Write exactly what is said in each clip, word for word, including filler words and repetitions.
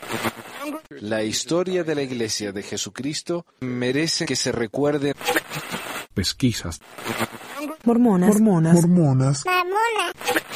La historia de la Iglesia de Jesucristo merece que se recuerde. Pesquisas. Mormonas. Mormonas. Mormonas. Mormonas.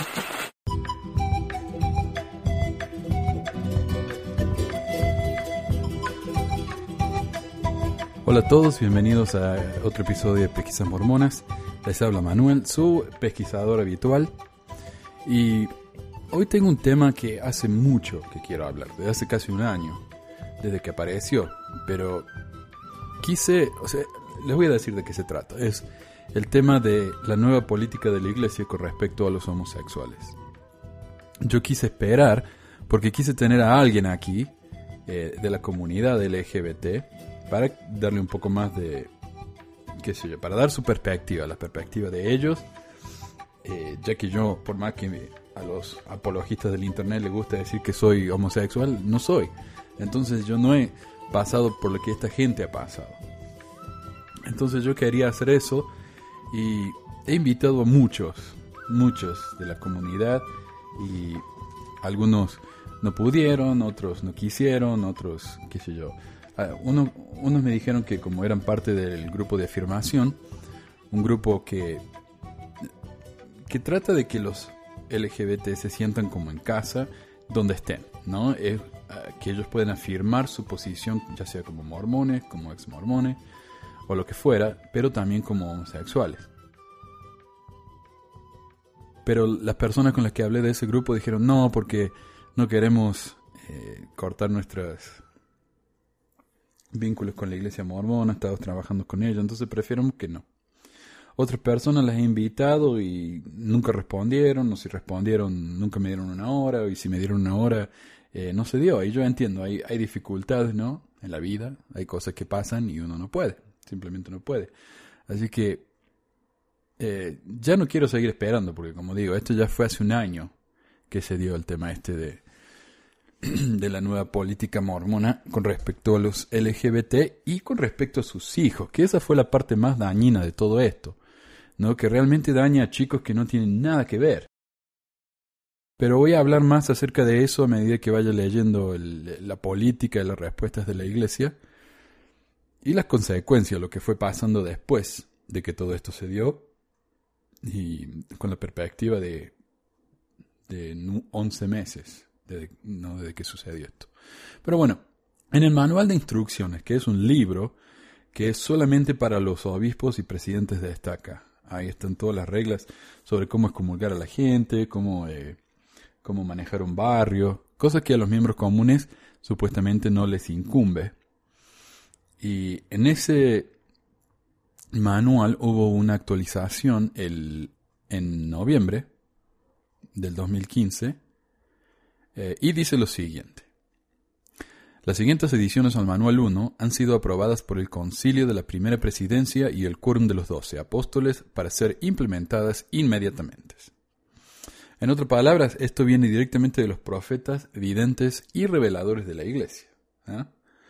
Hola a todos, bienvenidos a otro episodio de Pesquisas Mormonas. Les habla Manuel, su pesquisador habitual. Y hoy tengo un tema que hace mucho que quiero hablar, desde hace casi un año, desde que apareció. Pero quise, o sea, les voy a decir de qué se trata. Es el tema de la nueva política de la Iglesia con respecto a los homosexuales. Yo quise esperar, porque quise tener a alguien aquí, eh, de la comunidad L G B T, para darle un poco más de, qué sé yo, para dar su perspectiva, la perspectiva de ellos, eh, ya que yo, por más que me, a los apologistas del internet les gusta decir que soy homosexual, no soy. Entonces yo no he pasado por lo que esta gente ha pasado. Entonces yo quería hacer eso y he invitado a muchos, muchos de la comunidad, y algunos no pudieron, otros no quisieron, otros, qué sé yo. Uh, uno, unos me dijeron que como eran parte del grupo de afirmación, un grupo que, que trata de que los L G B T se sientan como en casa, donde estén, ¿no? Es, uh, que ellos pueden afirmar su posición, ya sea como mormones, como ex mormones, o lo que fuera, pero también como homosexuales. Pero las personas con las que hablé de ese grupo dijeron, no, porque no queremos eh, cortar nuestros vínculos con la iglesia mormona, estamos trabajando con ella, entonces prefiero que no. Otras personas las he invitado y nunca respondieron, o si respondieron nunca me dieron una hora, y si me dieron una hora eh, no se dio. Y yo entiendo, hay, hay dificultades, ¿no? En la vida, hay cosas que pasan y uno no puede, simplemente no puede. Así que eh, ya no quiero seguir esperando, porque como digo, esto ya fue hace un año que se dio el tema este de de la nueva política mormona con respecto a los L G B T y con respecto a sus hijos, que esa fue la parte más dañina de todo esto, ¿no? Que realmente daña a chicos que no tienen nada que ver. Pero voy a hablar más acerca de eso a medida que vaya leyendo el, la política y las respuestas de la iglesia y las consecuencias, lo que fue pasando después de que todo esto se dio, y con la perspectiva de, de once meses. Desde, no desde que sucedió esto. Pero bueno, en el manual de instrucciones, que es un libro que es solamente para los obispos y presidentes de estaca, ahí están todas las reglas sobre cómo excomulgar a la gente, cómo, eh, cómo manejar un barrio, cosas que a los miembros comunes supuestamente no les incumbe. Y en ese manual hubo una actualización el, en noviembre del dos mil quince. Eh, y dice lo siguiente. Las siguientes ediciones al Manual uno han sido aprobadas por el Concilio de la Primera Presidencia y el Quórum de los Doce Apóstoles para ser implementadas inmediatamente. En otras palabras, esto viene directamente de los profetas, videntes y reveladores de la Iglesia. ¿eh?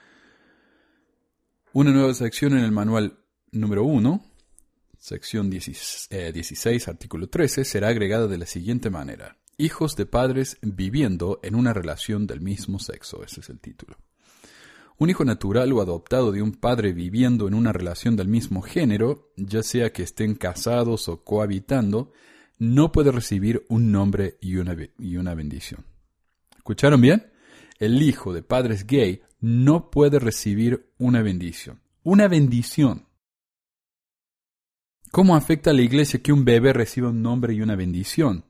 Una nueva sección en el Manual número uno, sección dieciséis, artículo trece, será agregada de la siguiente manera. Hijos de padres viviendo en una relación del mismo sexo. Ese es el título. Un hijo natural o adoptado de un padre viviendo en una relación del mismo género, ya sea que estén casados o cohabitando, no puede recibir un nombre y una, y una bendición. ¿Escucharon bien? El hijo de padres gay no puede recibir una bendición. Una bendición. ¿Cómo afecta a la iglesia que un bebé reciba un nombre y una bendición?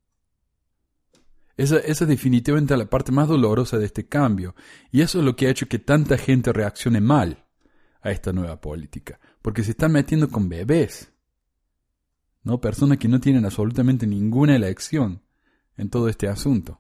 Esa, esa es definitivamente la parte más dolorosa de este cambio. Y eso es lo que ha hecho que tanta gente reaccione mal a esta nueva política. Porque se están metiendo con bebés, ¿no? Personas que no tienen absolutamente ninguna elección en todo este asunto.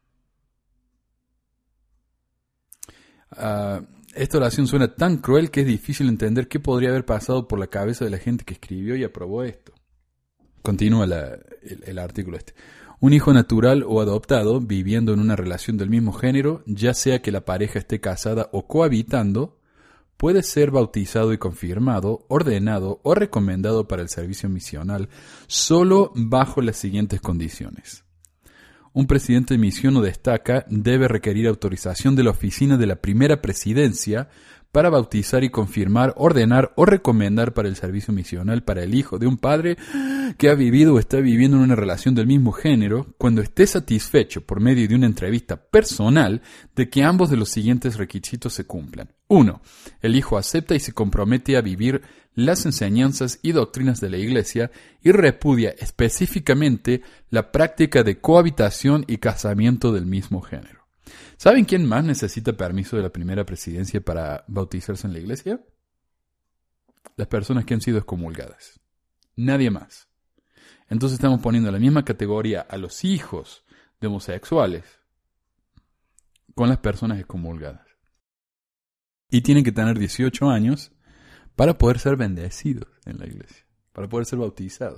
Uh, esta oración suena tan cruel que es difícil entender qué podría haber pasado por la cabeza de la gente que escribió y aprobó esto. Continúa la, el, el artículo este. Un hijo natural o adoptado viviendo en una relación del mismo género, ya sea que la pareja esté casada o cohabitando, puede ser bautizado y confirmado, ordenado o recomendado para el servicio misional solo bajo las siguientes condiciones. un presidente de misión o destaca debe requerir autorización de la oficina de la primera presidencia para bautizar y confirmar, ordenar o recomendar para el servicio misional para el hijo de un padre que ha vivido o está viviendo en una relación del mismo género, cuando esté satisfecho por medio de una entrevista personal de que ambos de los siguientes requisitos se cumplan. Uno, el hijo acepta y se compromete a vivir las enseñanzas y doctrinas de la Iglesia y repudia específicamente la práctica de cohabitación y casamiento del mismo género. ¿Saben quién más necesita permiso de la primera presidencia para bautizarse en la iglesia? Las personas que han sido excomulgadas. Nadie más. Entonces estamos poniendo en la misma categoría a los hijos de homosexuales con las personas excomulgadas. Y tienen que tener dieciocho años para poder ser bendecidos en la iglesia, para poder ser bautizados.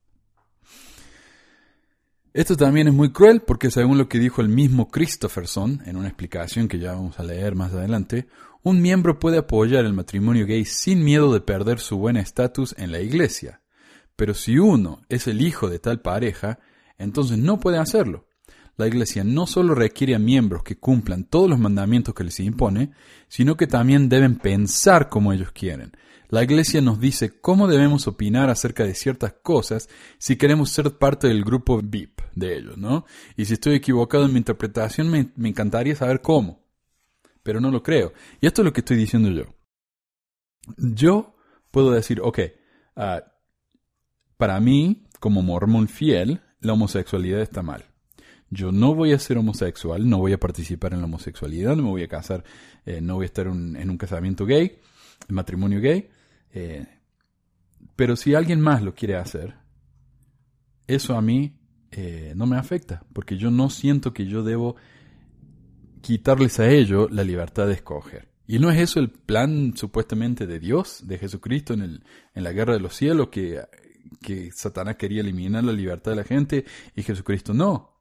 Esto también es muy cruel porque, según lo que dijo el mismo Christopherson en una explicación que ya vamos a leer más adelante, un miembro puede apoyar el matrimonio gay sin miedo de perder su buen estatus en la iglesia. Pero si uno es el hijo de tal pareja, entonces no puede hacerlo. La iglesia no solo requiere a miembros que cumplan todos los mandamientos que les impone, sino que también deben pensar como ellos quieren. La iglesia nos dice cómo debemos opinar acerca de ciertas cosas si queremos ser parte del grupo V I P de ellos, ¿no? Y si estoy equivocado en mi interpretación, me, me encantaría saber cómo. Pero no lo creo. Y esto es lo que estoy diciendo yo. Yo puedo decir, ok, uh, para mí, como mormón fiel, la homosexualidad está mal. Yo no voy a ser homosexual, no voy a participar en la homosexualidad, no me voy a casar, eh, no voy a estar un, en un casamiento gay, en matrimonio gay. Eh, pero si alguien más lo quiere hacer, eso a mí eh, no me afecta, porque yo no siento que yo debo quitarles a ellos la libertad de escoger. ¿Y no es eso el plan supuestamente de Dios, de Jesucristo en, el, en la guerra de los cielos, que, que Satanás quería eliminar la libertad de la gente y Jesucristo no?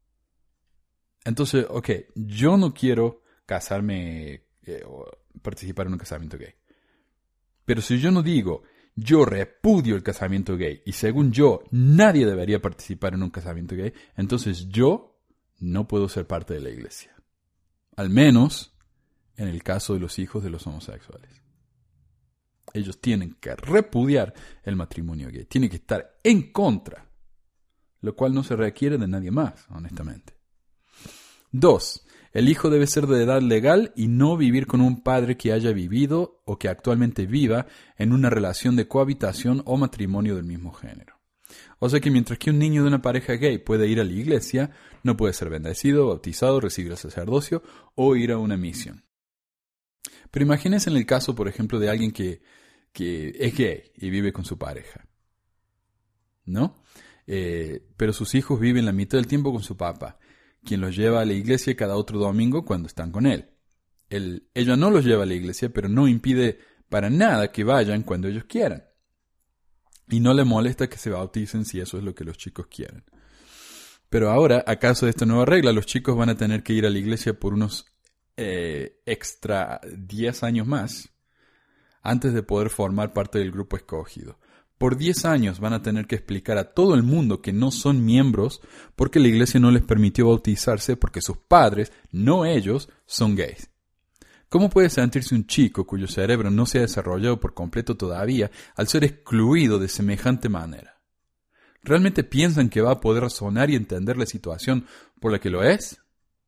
Entonces, ok, yo no quiero casarme eh, o participar en un casamiento gay. Pero si yo no digo, yo repudio el casamiento gay y según yo nadie debería participar en un casamiento gay, entonces yo no puedo ser parte de la iglesia. Al menos en el caso de los hijos de los homosexuales. Ellos tienen que repudiar el matrimonio gay, tienen que estar en contra, lo cual no se requiere de nadie más, honestamente. Dos, el hijo debe ser de edad legal y no vivir con un padre que haya vivido o que actualmente viva en una relación de cohabitación o matrimonio del mismo género. O sea que mientras que un niño de una pareja gay puede ir a la iglesia, no puede ser bendecido, bautizado, recibir el sacerdocio o ir a una misión. Pero imagínense en el caso, por ejemplo, de alguien que, que es gay y vive con su pareja, ¿no? Eh, pero sus hijos viven la mitad del tiempo con su papá, quien los lleva a la iglesia cada otro domingo cuando están con él. él. Ella no los lleva a la iglesia, pero no impide para nada que vayan cuando ellos quieran. Y no le molesta que se bauticen si eso es lo que los chicos quieren. Pero ahora, a causa de esta nueva regla, los chicos van a tener que ir a la iglesia por unos eh, extra diez años más antes de poder formar parte del grupo escogido. Por diez años van a tener que explicar a todo el mundo que no son miembros porque la iglesia no les permitió bautizarse porque sus padres, no ellos, son gays. ¿Cómo puede sentirse un chico cuyo cerebro no se ha desarrollado por completo todavía al ser excluido de semejante manera? ¿Realmente piensan que va a poder razonar y entender la situación por la que lo es?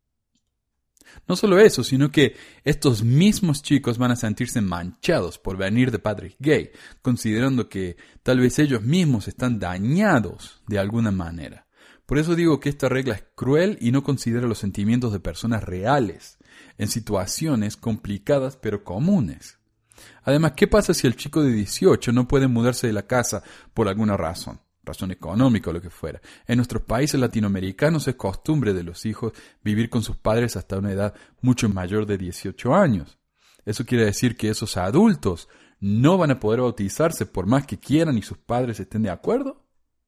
No solo eso, sino que estos mismos chicos van a sentirse manchados por venir de padres gay, considerando que tal vez ellos mismos están dañados de alguna manera. Por eso digo que esta regla es cruel y no considera los sentimientos de personas reales, en situaciones complicadas pero comunes. Además, ¿qué pasa si el chico de dieciocho no puede mudarse de la casa por alguna razón? Razón económica o lo que fuera. En nuestros países latinoamericanos es costumbre de los hijos vivir con sus padres hasta una edad mucho mayor de dieciocho años. Eso quiere decir que esos adultos no van a poder bautizarse por más que quieran y sus padres estén de acuerdo.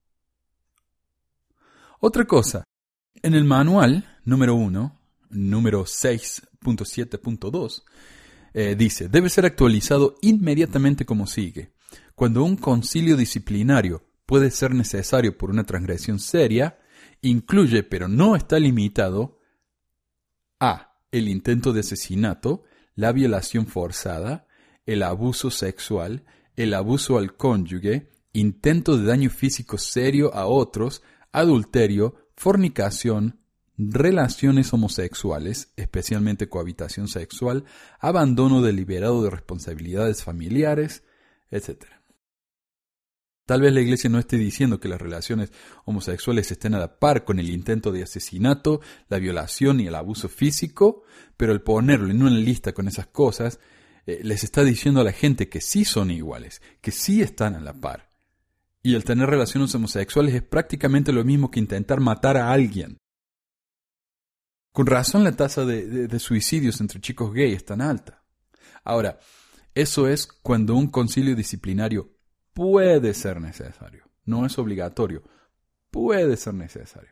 Otra cosa, en el manual número uno, número seis punto siete punto dos, eh, dice, debe ser actualizado inmediatamente como sigue. Cuando un concilio disciplinario puede ser necesario por una transgresión seria incluye, pero no está limitado, a el intento de asesinato, la violación forzada, el abuso sexual, el abuso al cónyuge, intento de daño físico serio a otros, adulterio, fornicación, relaciones homosexuales, especialmente cohabitación sexual, abandono deliberado de responsabilidades familiares, etcétera. Tal vez la Iglesia no esté diciendo que las relaciones homosexuales estén a la par con el intento de asesinato, la violación y el abuso físico, pero el ponerlo en una lista con esas cosas eh, les está diciendo a la gente que sí son iguales, que sí están a la par. Y el tener relaciones homosexuales es prácticamente lo mismo que intentar matar a alguien. Con razón la tasa de, de, de suicidios entre chicos gay es tan alta. Ahora, eso es cuando un concilio disciplinario puede ser necesario. No es obligatorio. Puede ser necesario.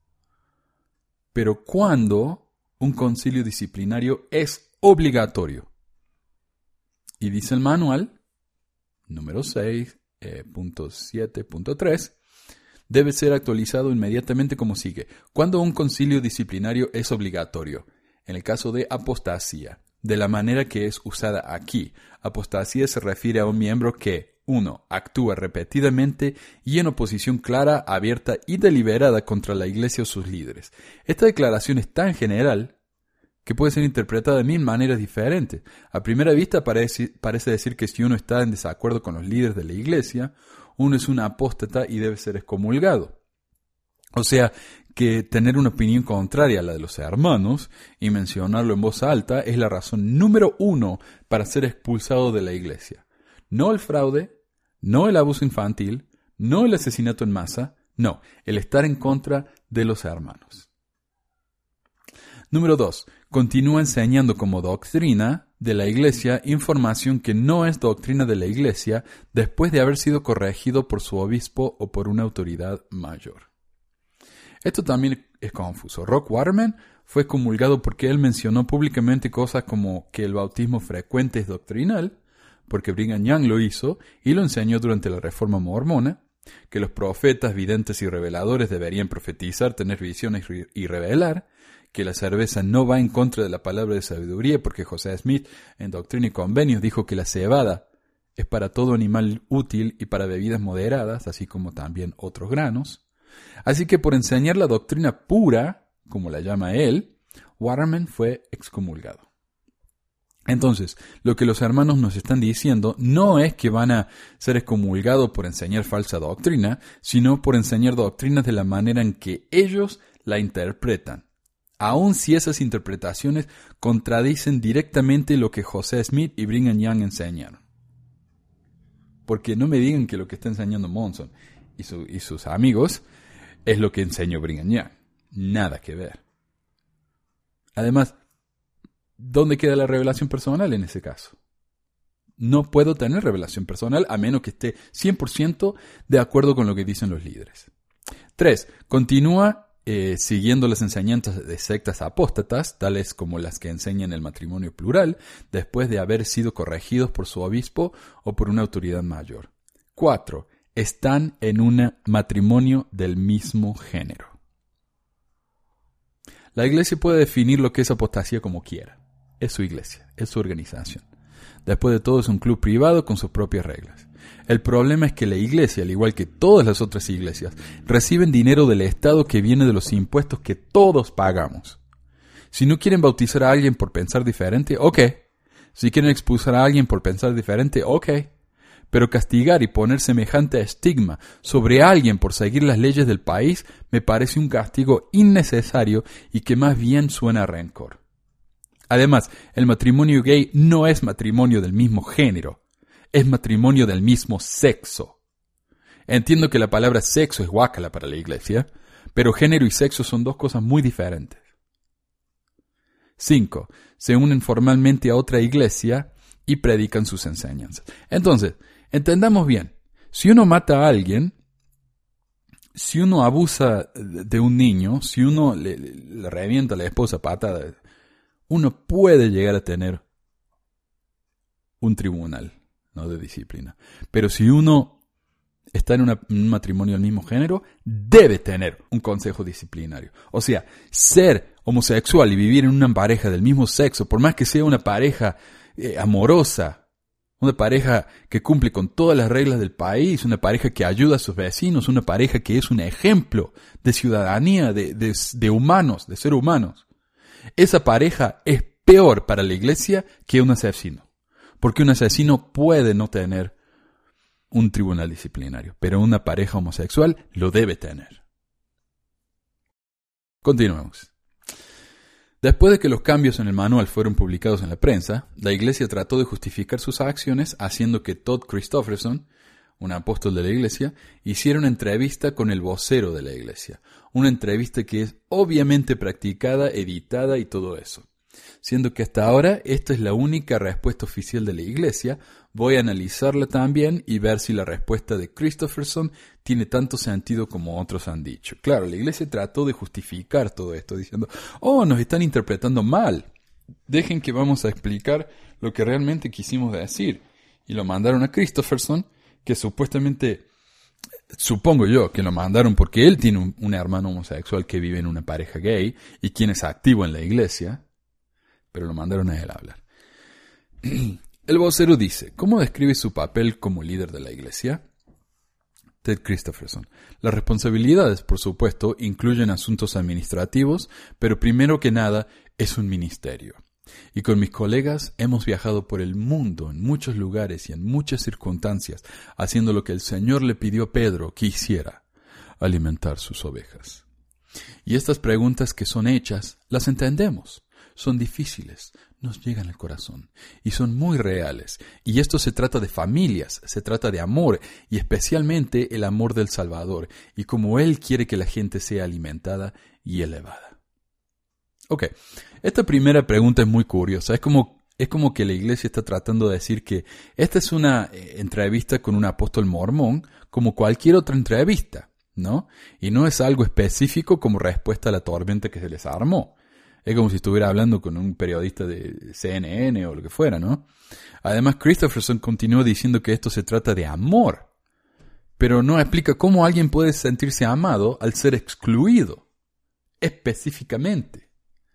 Pero cuando un concilio disciplinario es obligatorio. Y dice el manual, número seis punto siete punto tres, debe ser actualizado inmediatamente como sigue. Cuando un concilio disciplinario es obligatorio, en el caso de apostasía, de la manera que es usada aquí. Apostasía se refiere a un miembro que, uno, actúa repetidamente y en oposición clara, abierta y deliberada contra la Iglesia o sus líderes. Esta declaración es tan general que puede ser interpretada de mil maneras diferentes. A primera vista parece, parece decir que si uno está en desacuerdo con los líderes de la Iglesia, uno es un apóstata y debe ser excomulgado. O sea, que tener una opinión contraria a la de los hermanos y mencionarlo en voz alta es la razón número uno para ser expulsado de la Iglesia. No el fraude, no el abuso infantil, no el asesinato en masa, no, el estar en contra de los hermanos. Número dos. Continúa enseñando como doctrina de la Iglesia información que no es doctrina de la Iglesia después de haber sido corregido por su obispo o por una autoridad mayor. Esto también es confuso. Rock Waterman fue excomulgado porque él mencionó públicamente cosas como que el bautismo frecuente es doctrinal, porque Brigham Young lo hizo y lo enseñó durante la Reforma Mormona, que los profetas, videntes y reveladores deberían profetizar, tener visiones y revelar, que la cerveza no va en contra de la palabra de sabiduría, porque José Smith en Doctrina y Convenios dijo que la cebada es para todo animal útil y para bebidas moderadas, así como también otros granos. Así que por enseñar la doctrina pura, como la llama él, Waterman fue excomulgado. Entonces, lo que los hermanos nos están diciendo no es que van a ser excomulgados por enseñar falsa doctrina, sino por enseñar doctrinas de la manera en que ellos la interpretan, aun si esas interpretaciones contradicen directamente lo que José Smith y Brigham Young enseñaron. Porque no me digan que lo que está enseñando Monson y, su, y sus amigos es lo que enseñó Brigham Young. Nada que ver. Además, ¿dónde queda la revelación personal en ese caso? No puedo tener revelación personal a menos que esté cien por ciento de acuerdo con lo que dicen los líderes. Tres. Continúa eh, siguiendo las enseñanzas de sectas apóstatas, tales como las que enseñan el matrimonio plural, después de haber sido corregidos por su obispo o por una autoridad mayor. Cuatro. Están en un matrimonio del mismo género. La Iglesia puede definir lo que es apostasía como quiera. Es su iglesia, es su organización. Después de todo es un club privado con sus propias reglas. El problema es que la Iglesia, al igual que todas las otras iglesias, reciben dinero del Estado que viene de los impuestos que todos pagamos. Si no quieren bautizar a alguien por pensar diferente, ok. Si quieren expulsar a alguien por pensar diferente, ok. Pero castigar y poner semejante estigma sobre alguien por seguir las leyes del país me parece un castigo innecesario y que más bien suena a rencor. Además, el matrimonio gay no es matrimonio del mismo género, es matrimonio del mismo sexo. Entiendo que la palabra sexo es guácala para la Iglesia, pero género y sexo son dos cosas muy diferentes. Cinco. Se unen formalmente a otra iglesia y predican sus enseñanzas. Entonces, entendamos bien, si uno mata a alguien, si uno abusa de un niño, si uno le, le, le revienta a la esposa a patada, uno puede llegar a tener un tribunal, ¿no?, de disciplina. Pero si uno está en, una, en un matrimonio del mismo género, debe tener un consejo disciplinario. O sea, ser homosexual y vivir en una pareja del mismo sexo, por más que sea una pareja eh, amorosa, una pareja que cumple con todas las reglas del país, una pareja que ayuda a sus vecinos, una pareja que es un ejemplo de ciudadanía, de, de, de humanos, de ser humanos. Esa pareja es peor para la iglesia que un asesino. Porque un asesino puede no tener un tribunal disciplinario, pero una pareja homosexual lo debe tener. Continuemos. Después de que los cambios en el manual fueron publicados en la prensa, la iglesia trató de justificar sus acciones haciendo que Todd Christofferson, un apóstol de la iglesia, hiciera una entrevista con el vocero de la iglesia. Una entrevista que es obviamente practicada, editada y todo eso. Siendo que hasta ahora esta es la única respuesta oficial de la iglesia, voy a analizarla también y ver si la respuesta de Christofferson tiene tanto sentido como otros han dicho. Claro, la iglesia trató de justificar todo esto diciendo, oh, nos están interpretando mal. Dejen que vamos a explicar lo que realmente quisimos decir. Y lo mandaron a Christofferson, que supuestamente, supongo yo que lo mandaron porque él tiene un, un hermano homosexual que vive en una pareja gay y quien es activo en la iglesia. Pero lo mandaron a él a hablar. El vocero dice, ¿cómo describe su papel como líder de la iglesia? Ted Christofferson. Las responsabilidades, por supuesto, incluyen asuntos administrativos, pero primero que nada es un ministerio. Y con mis colegas hemos viajado por el mundo, en muchos lugares y en muchas circunstancias, haciendo lo que el Señor le pidió a Pedro que hiciera, alimentar sus ovejas. Y estas preguntas que son hechas, las entendemos. Son difíciles, nos llegan al corazón y son muy reales. Y esto se trata de familias, se trata de amor y especialmente el amor del Salvador y cómo Él quiere que la gente sea alimentada y elevada. Ok, esta primera pregunta es muy curiosa. Es como, es como que la iglesia está tratando de decir que esta es una eh, entrevista con un apóstol mormón como cualquier otra entrevista, ¿no? Y no es algo específico como respuesta a la tormenta que se les armó. Es como si estuviera hablando con un periodista de C N N o lo que fuera, ¿no? Además, Christofferson continúa diciendo que esto se trata de amor, pero no explica cómo alguien puede sentirse amado al ser excluido, específicamente.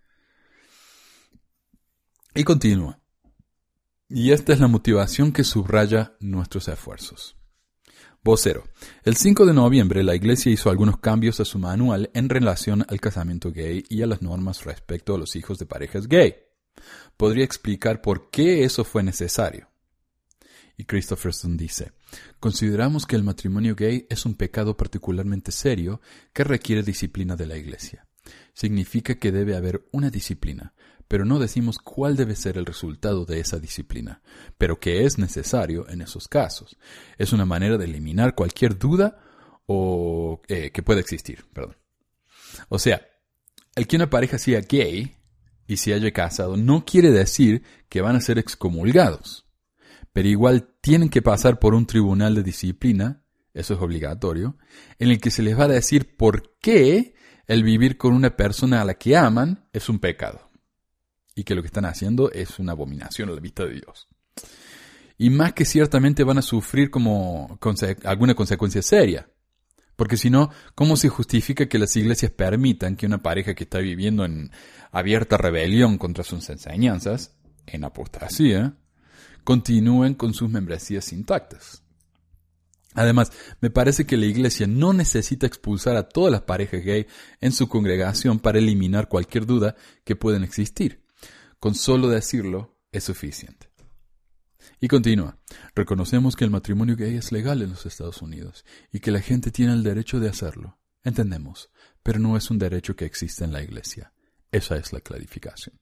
Y continúa. Y esta es la motivación que subraya nuestros esfuerzos. Vocero. El cinco de noviembre la iglesia hizo algunos cambios a su manual en relación al casamiento gay y a las normas respecto a los hijos de parejas gay. ¿Podría explicar por qué eso fue necesario? Y Christofferson dice, consideramos que el matrimonio gay es un pecado particularmente serio que requiere disciplina de la iglesia. Significa que debe haber una disciplina, pero no decimos cuál debe ser el resultado de esa disciplina, pero que es necesario en esos casos. Es una manera de eliminar cualquier duda o eh, que pueda existir. Perdón. O sea, el que una pareja sea gay y se haya casado no quiere decir que van a ser excomulgados, pero igual tienen que pasar por un tribunal de disciplina, eso es obligatorio, en el que se les va a decir por qué el vivir con una persona a la que aman es un pecado. Y que lo que están haciendo es una abominación a la vista de Dios. Y más que ciertamente van a sufrir como conse- alguna consecuencia seria. Porque si no, ¿cómo se justifica que las iglesias permitan que una pareja que está viviendo en abierta rebelión contra sus enseñanzas, en apostasía, continúen con sus membresías intactas? Además, me parece que la iglesia no necesita expulsar a todas las parejas gay en su congregación para eliminar cualquier duda que pueda existir. Con solo decirlo es suficiente. Y continúa. Reconocemos que el matrimonio gay es legal en los Estados Unidos y que la gente tiene el derecho de hacerlo. Entendemos, pero no es un derecho que existe en la iglesia. Esa es la clarificación.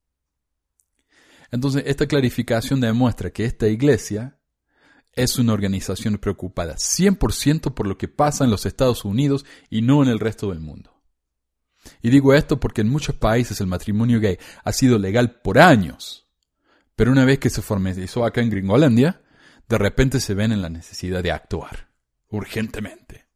Entonces, esta clarificación demuestra que esta iglesia es una organización preocupada cien por ciento por lo que pasa en los Estados Unidos y no en el resto del mundo. Y digo esto porque en muchos países el matrimonio gay ha sido legal por años. Pero una vez que se formalizó acá en Gringolandia, de repente se ven en la necesidad de actuar, urgentemente.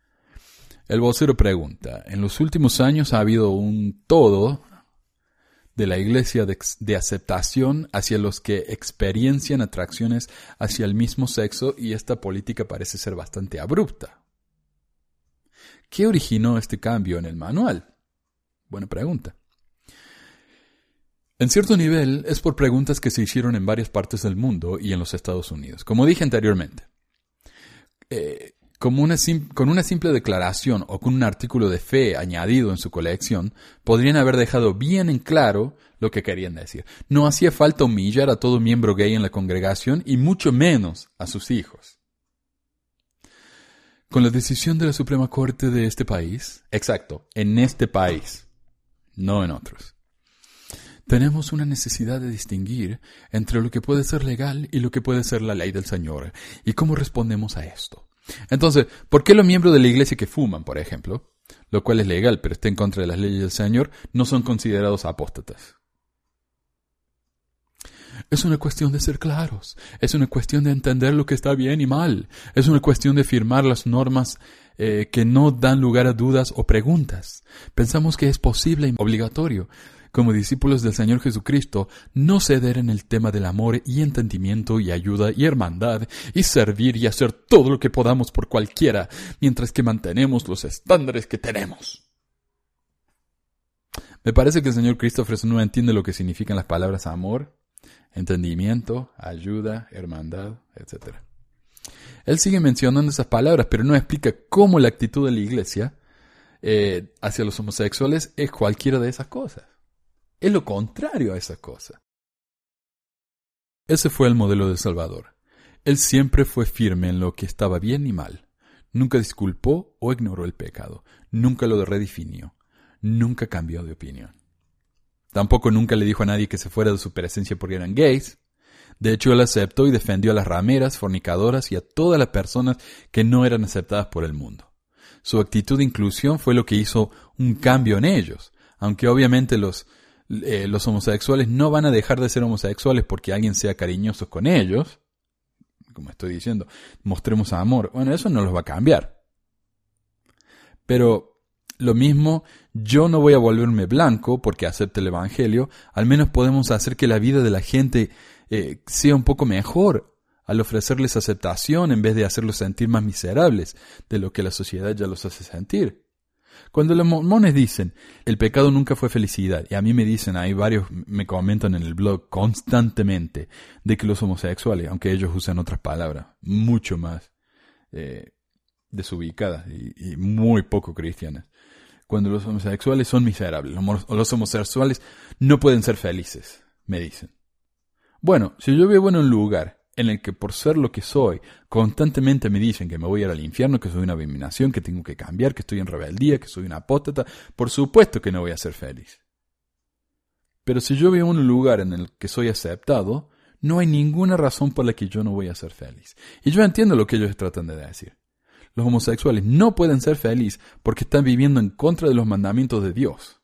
El vocero pregunta, en los últimos años ha habido un todo de la iglesia de, de aceptación hacia los que experiencian atracciones hacia el mismo sexo, y esta política parece ser bastante abrupta. ¿Qué originó este cambio en el manual? Buena pregunta. En cierto nivel es por preguntas que se hicieron en varias partes del mundo y en los Estados Unidos. Como dije anteriormente, eh, como una sim- con una simple declaración o con un artículo de fe añadido en su colección, podrían haber dejado bien en claro lo que querían decir. No hacía falta humillar a todo miembro gay en la congregación y mucho menos a sus hijos. Con la decisión de la Suprema Corte de este país, exacto, en este país, no en otros, tenemos una necesidad de distinguir entre lo que puede ser legal y lo que puede ser la ley del Señor. ¿Y cómo respondemos a esto? Entonces, ¿por qué los miembros de la iglesia que fuman, por ejemplo, lo cual es legal pero está en contra de las leyes del Señor, no son considerados apóstatas? Es una cuestión de ser claros, es una cuestión de entender lo que está bien y mal, es una cuestión de firmar las normas eh, que no dan lugar a dudas o preguntas. Pensamos que es posible y obligatorio, como discípulos del Señor Jesucristo, no ceder en el tema del amor y entendimiento y ayuda y hermandad y servir y hacer todo lo que podamos por cualquiera, mientras que mantenemos los estándares que tenemos. Me parece que el señor Christopherson no entiende lo que significan las palabras amor, entendimiento, ayuda, hermandad, etcétera. Él sigue mencionando esas palabras, pero no explica cómo la actitud de la iglesia eh, hacia los homosexuales es cualquiera de esas cosas. Es lo contrario a esas cosas. Ese fue el modelo de Salvador. Él siempre fue firme en lo que estaba bien y mal. Nunca disculpó o ignoró el pecado. Nunca lo redefinió. Nunca cambió de opinión. Tampoco nunca le dijo a nadie que se fuera de su presencia porque eran gays. De hecho, él aceptó y defendió a las rameras, fornicadoras y a todas las personas que no eran aceptadas por el mundo. Su actitud de inclusión fue lo que hizo un cambio en ellos, aunque obviamente los, eh, los homosexuales no van a dejar de ser homosexuales porque alguien sea cariñoso con ellos. Como estoy diciendo, mostremos amor. Bueno, eso no los va a cambiar. Pero lo mismo, yo no voy a volverme blanco porque acepte el evangelio. Al menos podemos hacer que la vida de la gente eh, sea un poco mejor al ofrecerles aceptación en vez de hacerlos sentir más miserables de lo que la sociedad ya los hace sentir. Cuando los mormones dicen, el pecado nunca fue felicidad, y a mí me dicen, hay varios me comentan en el blog constantemente, de que los homosexuales, aunque ellos usan otras palabras, mucho más eh, desubicadas y, y muy poco cristianas, cuando los homosexuales son miserables, los homosexuales no pueden ser felices, me dicen. Bueno, si yo vivo en un lugar en el que por ser lo que soy, constantemente me dicen que me voy a ir al infierno, que soy una abominación, que tengo que cambiar, que estoy en rebeldía, que soy una apóstata, por supuesto que no voy a ser feliz. Pero si yo vivo en un lugar en el que soy aceptado, no hay ninguna razón por la que yo no voy a ser feliz. Y yo entiendo lo que ellos tratan de decir. Los homosexuales no pueden ser felices porque están viviendo en contra de los mandamientos de Dios.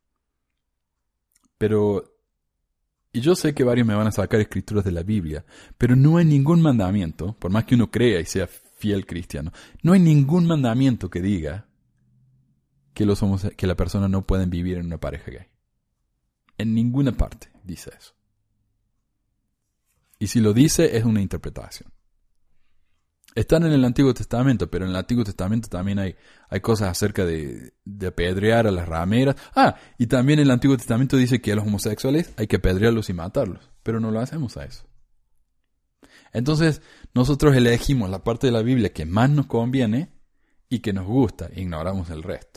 Pero, y yo sé que varios me van a sacar escrituras de la Biblia, pero no hay ningún mandamiento, por más que uno crea y sea fiel cristiano, no hay ningún mandamiento que diga que, los homose- que la persona no pueden vivir en una pareja gay. En ninguna parte dice eso. Y si lo dice, es una interpretación. Están en el Antiguo Testamento, pero en el Antiguo Testamento también hay, hay cosas acerca de, de apedrear a las rameras. Ah, y también en el Antiguo Testamento dice que a los homosexuales hay que apedrearlos y matarlos, pero no lo hacemos a eso. Entonces, nosotros elegimos la parte de la Biblia que más nos conviene y que nos gusta, e ignoramos el resto.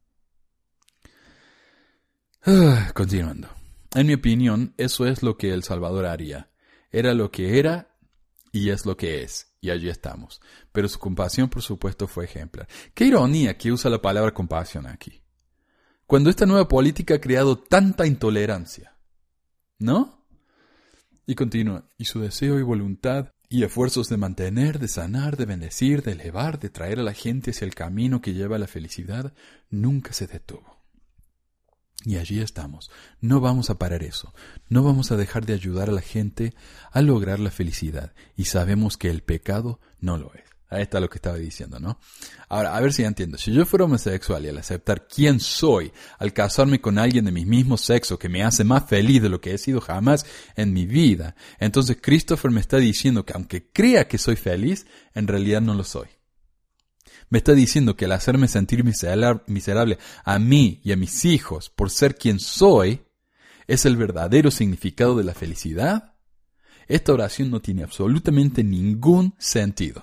Ah, continuando. En mi opinión, eso es lo que El Salvador haría. Era lo que era y es lo que es. Y allí estamos. Pero su compasión, por supuesto, fue ejemplar. Qué ironía que usa la palabra compasión aquí. Cuando esta nueva política ha creado tanta intolerancia. ¿No? Y continúa. Y su deseo y voluntad y esfuerzos de mantener, de sanar, de bendecir, de elevar, de traer a la gente hacia el camino que lleva a la felicidad, nunca se detuvo. Y allí estamos. No vamos a parar eso. No vamos a dejar de ayudar a la gente a lograr la felicidad. Y sabemos que el pecado no lo es. Ahí está lo que estaba diciendo, ¿no? Ahora, a ver si ya entiendo. Si yo fuera homosexual y al aceptar quién soy, al casarme con alguien de mi mismo sexo que me hace más feliz de lo que he sido jamás en mi vida, entonces Christopher me está diciendo que aunque crea que soy feliz, en realidad no lo soy. Me está diciendo que al hacerme sentir miserable a mí y a mis hijos por ser quien soy, es el verdadero significado de la felicidad. Esta oración no tiene absolutamente ningún sentido.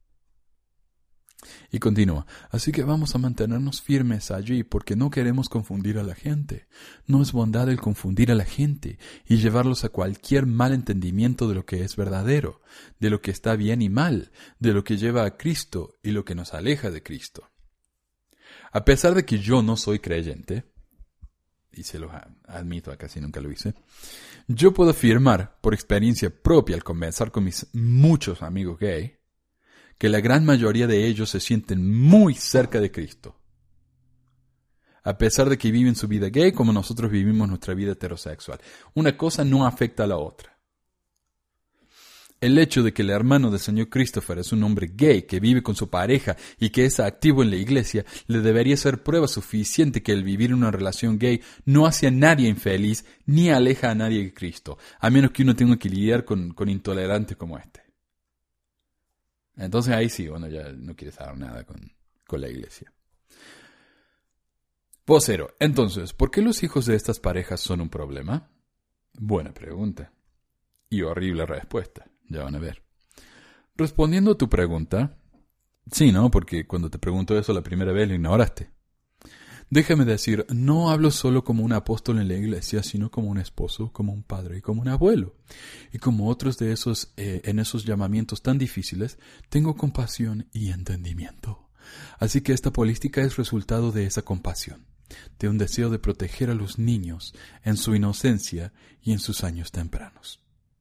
Y continúa, así que vamos a mantenernos firmes allí porque no queremos confundir a la gente. No es bondad el confundir a la gente y llevarlos a cualquier mal entendimiento de lo que es verdadero, de lo que está bien y mal, de lo que lleva a Cristo y lo que nos aleja de Cristo. A pesar de que yo no soy creyente, y se lo admito, casi nunca lo hice, yo puedo afirmar por experiencia propia al conversar con mis muchos amigos gay, que la gran mayoría de ellos se sienten muy cerca de Cristo, a pesar de que viven su vida gay como nosotros vivimos nuestra vida heterosexual. Una cosa no afecta a la otra. El hecho de que el hermano del señor Christopher es un hombre gay que vive con su pareja y que es activo en la iglesia le debería ser prueba suficiente que el vivir en una relación gay no hace a nadie infeliz ni aleja a nadie de Cristo, a menos que uno tenga que lidiar con, con intolerantes como este. Entonces ahí sí, bueno, ya no quiere saber nada con, con la iglesia. Vocero, entonces, ¿por qué los hijos de estas parejas son un problema? Buena pregunta. Y horrible respuesta, ya van a ver. Respondiendo a tu pregunta, sí, ¿no? Porque cuando te pregunto eso la primera vez lo ignoraste. Déjame decir, no hablo solo como un apóstol en la iglesia, sino como un esposo, como un padre y como un abuelo. Y como otros de esos, eh, en esos llamamientos tan difíciles, tengo compasión y entendimiento. Así que esta política es resultado de esa compasión, de un deseo de proteger a los niños en su inocencia y en sus años tempranos.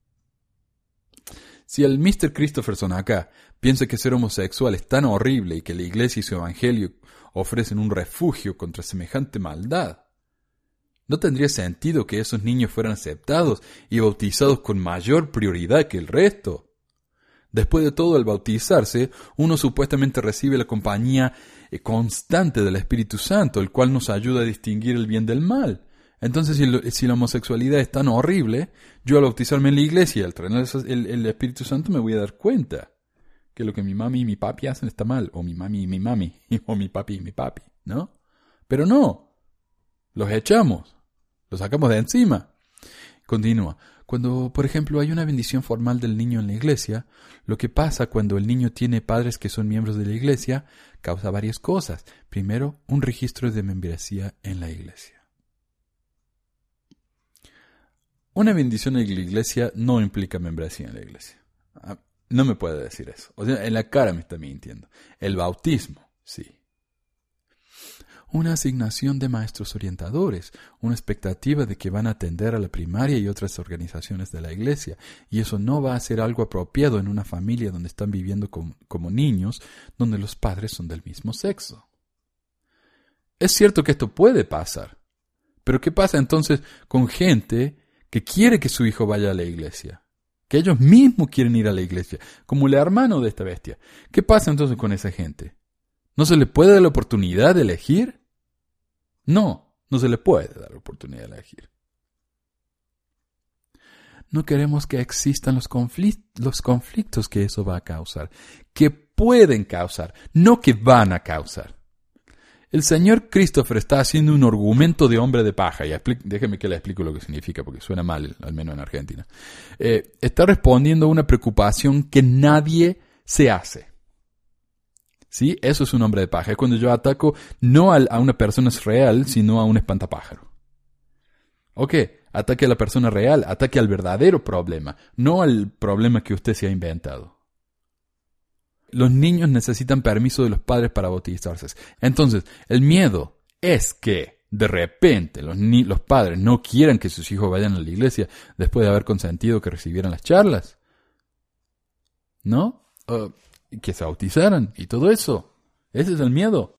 Si el mister Christopherson acá piensa que ser homosexual es tan horrible y que la iglesia y su evangelio ofrecen un refugio contra semejante maldad, ¿no tendría sentido que esos niños fueran aceptados y bautizados con mayor prioridad que el resto? Después de todo, al bautizarse, uno supuestamente recibe la compañía constante del Espíritu Santo, el cual nos ayuda a distinguir el bien del mal. Entonces, si, lo, si la homosexualidad es tan horrible, yo al bautizarme en la iglesia y al tener el, el Espíritu Santo me voy a dar cuenta que lo que mi mami y mi papi hacen está mal, o mi mami y mi mami, o mi papi y mi papi, ¿no? Pero no, los echamos, los sacamos de encima. Continúa. Cuando, por ejemplo, hay una bendición formal del niño en la iglesia, lo que pasa cuando el niño tiene padres que son miembros de la iglesia causa varias cosas. Primero, un registro de membresía en la iglesia. Una bendición en la iglesia no implica membresía en la iglesia. No me puede decir eso. O sea, en la cara me está mintiendo. El bautismo, sí. Una asignación de maestros orientadores, una expectativa de que van a atender a la primaria y otras organizaciones de la iglesia. Y eso no va a ser algo apropiado en una familia donde están viviendo como, como niños, donde los padres son del mismo sexo. Es cierto que esto puede pasar. Pero ¿qué pasa entonces con gente que quiere que su hijo vaya a la iglesia? Que ellos mismos quieren ir a la iglesia, como el hermano de esta bestia. ¿Qué pasa entonces con esa gente? ¿No se le puede dar la oportunidad de elegir? No, no se le puede dar la oportunidad de elegir. No queremos que existan los conflictos, los conflictos que eso va a causar, que pueden causar, no que van a causar. El señor Christopher está haciendo un argumento de hombre de paja, y expli- déjeme que le explico lo que significa, porque suena mal, al menos en Argentina. Eh, está respondiendo a una preocupación que nadie se hace. ¿Sí? Eso es un hombre de paja. Es cuando yo ataco no a, a una persona real, sino a un espantapájaro. Ok, ataque a la persona real, ataque al verdadero problema, no al problema que usted se ha inventado. Los niños necesitan permiso de los padres para bautizarse. Entonces, el miedo es que de repente los, ni- los padres no quieran que sus hijos vayan a la iglesia después de haber consentido que recibieran las charlas. ¿No? Uh, que se bautizaran y todo eso. Ese es el miedo.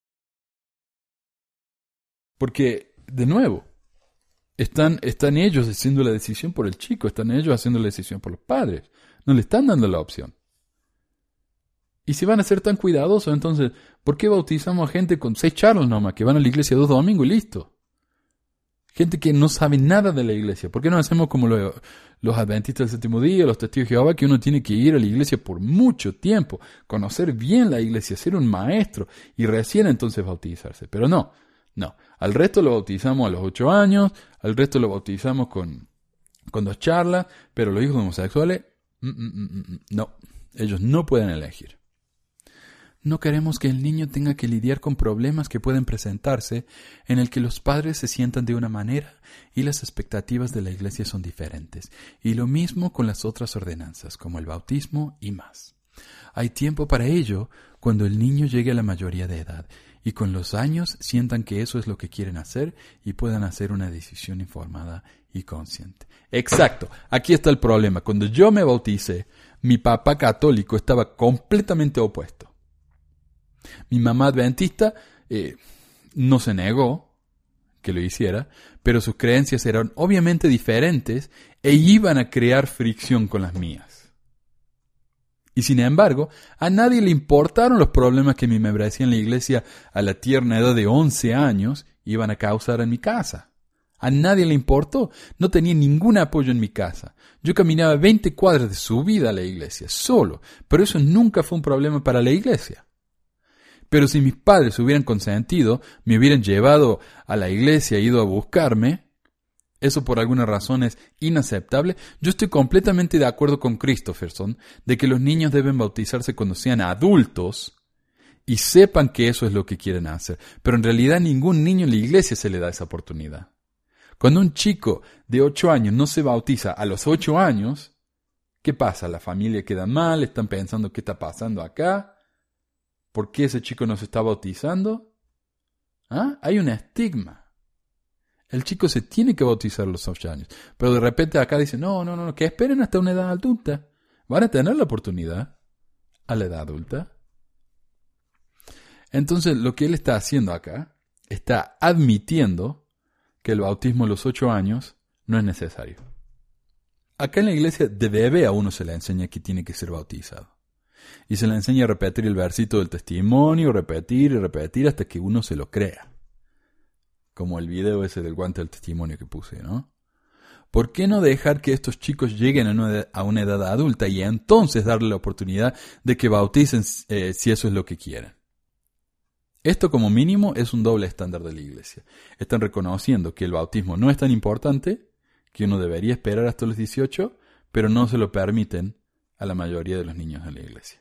Porque, de nuevo, están, están ellos haciendo la decisión por el chico, están ellos haciendo la decisión por los padres. No le están dando la opción. Y si van a ser tan cuidadosos, entonces, ¿por qué bautizamos a gente con seis charlos nomás, que van a la iglesia dos domingos y listo? Gente que no sabe nada de la iglesia. ¿Por qué no hacemos como lo, los adventistas del séptimo día, los testigos de Jehová, que uno tiene que ir a la iglesia por mucho tiempo, conocer bien la iglesia, ser un maestro y recién entonces bautizarse? Pero no, no. Al resto lo bautizamos a los ocho años, al resto lo bautizamos con, con dos charlas, pero los hijos homosexuales, mm, mm, mm, no, ellos no pueden elegir. No queremos que el niño tenga que lidiar con problemas que pueden presentarse en el que los padres se sientan de una manera y las expectativas de la iglesia son diferentes. Y lo mismo con las otras ordenanzas, como el bautismo y más. Hay tiempo para ello cuando el niño llegue a la mayoría de edad y con los años sientan que eso es lo que quieren hacer y puedan hacer una decisión informada y consciente. Exacto, aquí está el problema. Cuando yo me bauticé, mi papá católico estaba completamente opuesto. Mi mamá adventista eh, no se negó que lo hiciera, pero sus creencias eran obviamente diferentes e iban a crear fricción con las mías. Y sin embargo, a nadie le importaron los problemas que mi membresía en la iglesia a la tierna edad de once años iban a causar en mi casa. A nadie le importó, no tenía ningún apoyo en mi casa. Yo caminaba veinte cuadras de subida a la iglesia, solo, pero eso nunca fue un problema para la iglesia. Pero si mis padres hubieran consentido, me hubieran llevado a la iglesia, ido a buscarme, eso por alguna razón es inaceptable. Yo estoy completamente de acuerdo con Christopherson de que los niños deben bautizarse cuando sean adultos y sepan que eso es lo que quieren hacer. Pero en realidad ningún niño en la iglesia se le da esa oportunidad. Cuando un chico de ocho años no se bautiza a los ocho años, ¿qué pasa? La familia queda mal, están pensando qué está pasando acá. ¿Por qué ese chico no se está bautizando? ¿Ah? Hay un estigma. El chico se tiene que bautizar a los ocho años. Pero de repente acá dicen, no, no, no, que esperen hasta una edad adulta. Van a tener la oportunidad a la edad adulta. Entonces, lo que él está haciendo acá, está admitiendo que el bautismo a los ocho años no es necesario. Acá en la iglesia de bebé a uno se le enseña que tiene que ser bautizado. Y se le enseña a repetir el versito del testimonio, repetir y repetir hasta que uno se lo crea. Como el video ese del guante del testimonio que puse, ¿no? ¿Por qué no dejar que estos chicos lleguen a una, a una edad adulta y entonces darle la oportunidad de que bauticen eh, si eso es lo que quieren? Esto como mínimo es un doble estándar de la iglesia. Están reconociendo que el bautismo no es tan importante, que uno debería esperar hasta los dieciocho, pero no se lo permiten a la mayoría de los niños de la iglesia.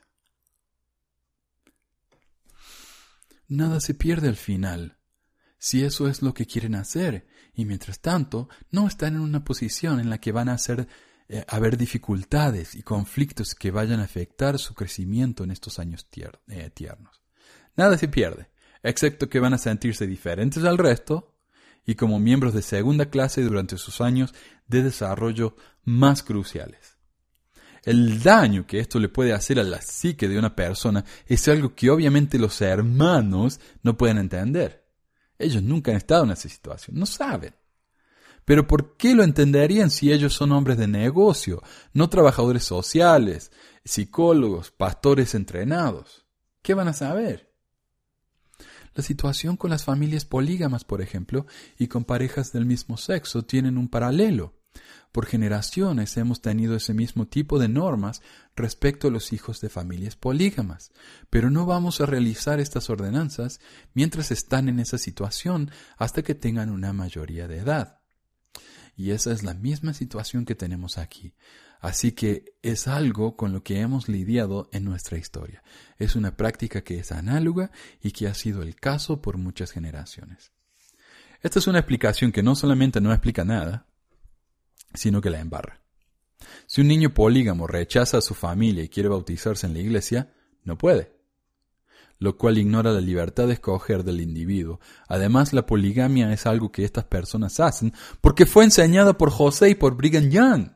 Nada se pierde al final, si eso es lo que quieren hacer, y mientras tanto no están en una posición en la que van a hacer, eh, haber dificultades y conflictos que vayan a afectar su crecimiento en estos años tier, eh, tiernos. Nada se pierde, excepto que van a sentirse diferentes al resto y como miembros de segunda clase durante sus años de desarrollo más cruciales. El daño que esto le puede hacer a la psique de una persona es algo que obviamente los hermanos no pueden entender. Ellos nunca han estado en esa situación, no saben. Pero ¿por qué lo entenderían si ellos son hombres de negocio, no trabajadores sociales, psicólogos, pastores entrenados? ¿Qué van a saber? La situación con las familias polígamas, por ejemplo, y con parejas del mismo sexo tienen un paralelo. Por generaciones hemos tenido ese mismo tipo de normas respecto a los hijos de familias polígamas, pero no vamos a realizar estas ordenanzas mientras están en esa situación hasta que tengan una mayoría de edad. Y esa es la misma situación que tenemos aquí. Así que es algo con lo que hemos lidiado en nuestra historia. Es una práctica que es análoga y que ha sido el caso por muchas generaciones. Esta es una explicación que no solamente no explica nada, sino que la embarra. Si un niño polígamo rechaza a su familia y quiere bautizarse en la iglesia, no puede, lo cual ignora la libertad de escoger del individuo. Además, la poligamia es algo que estas personas hacen porque fue enseñada por José y por Brigham Young.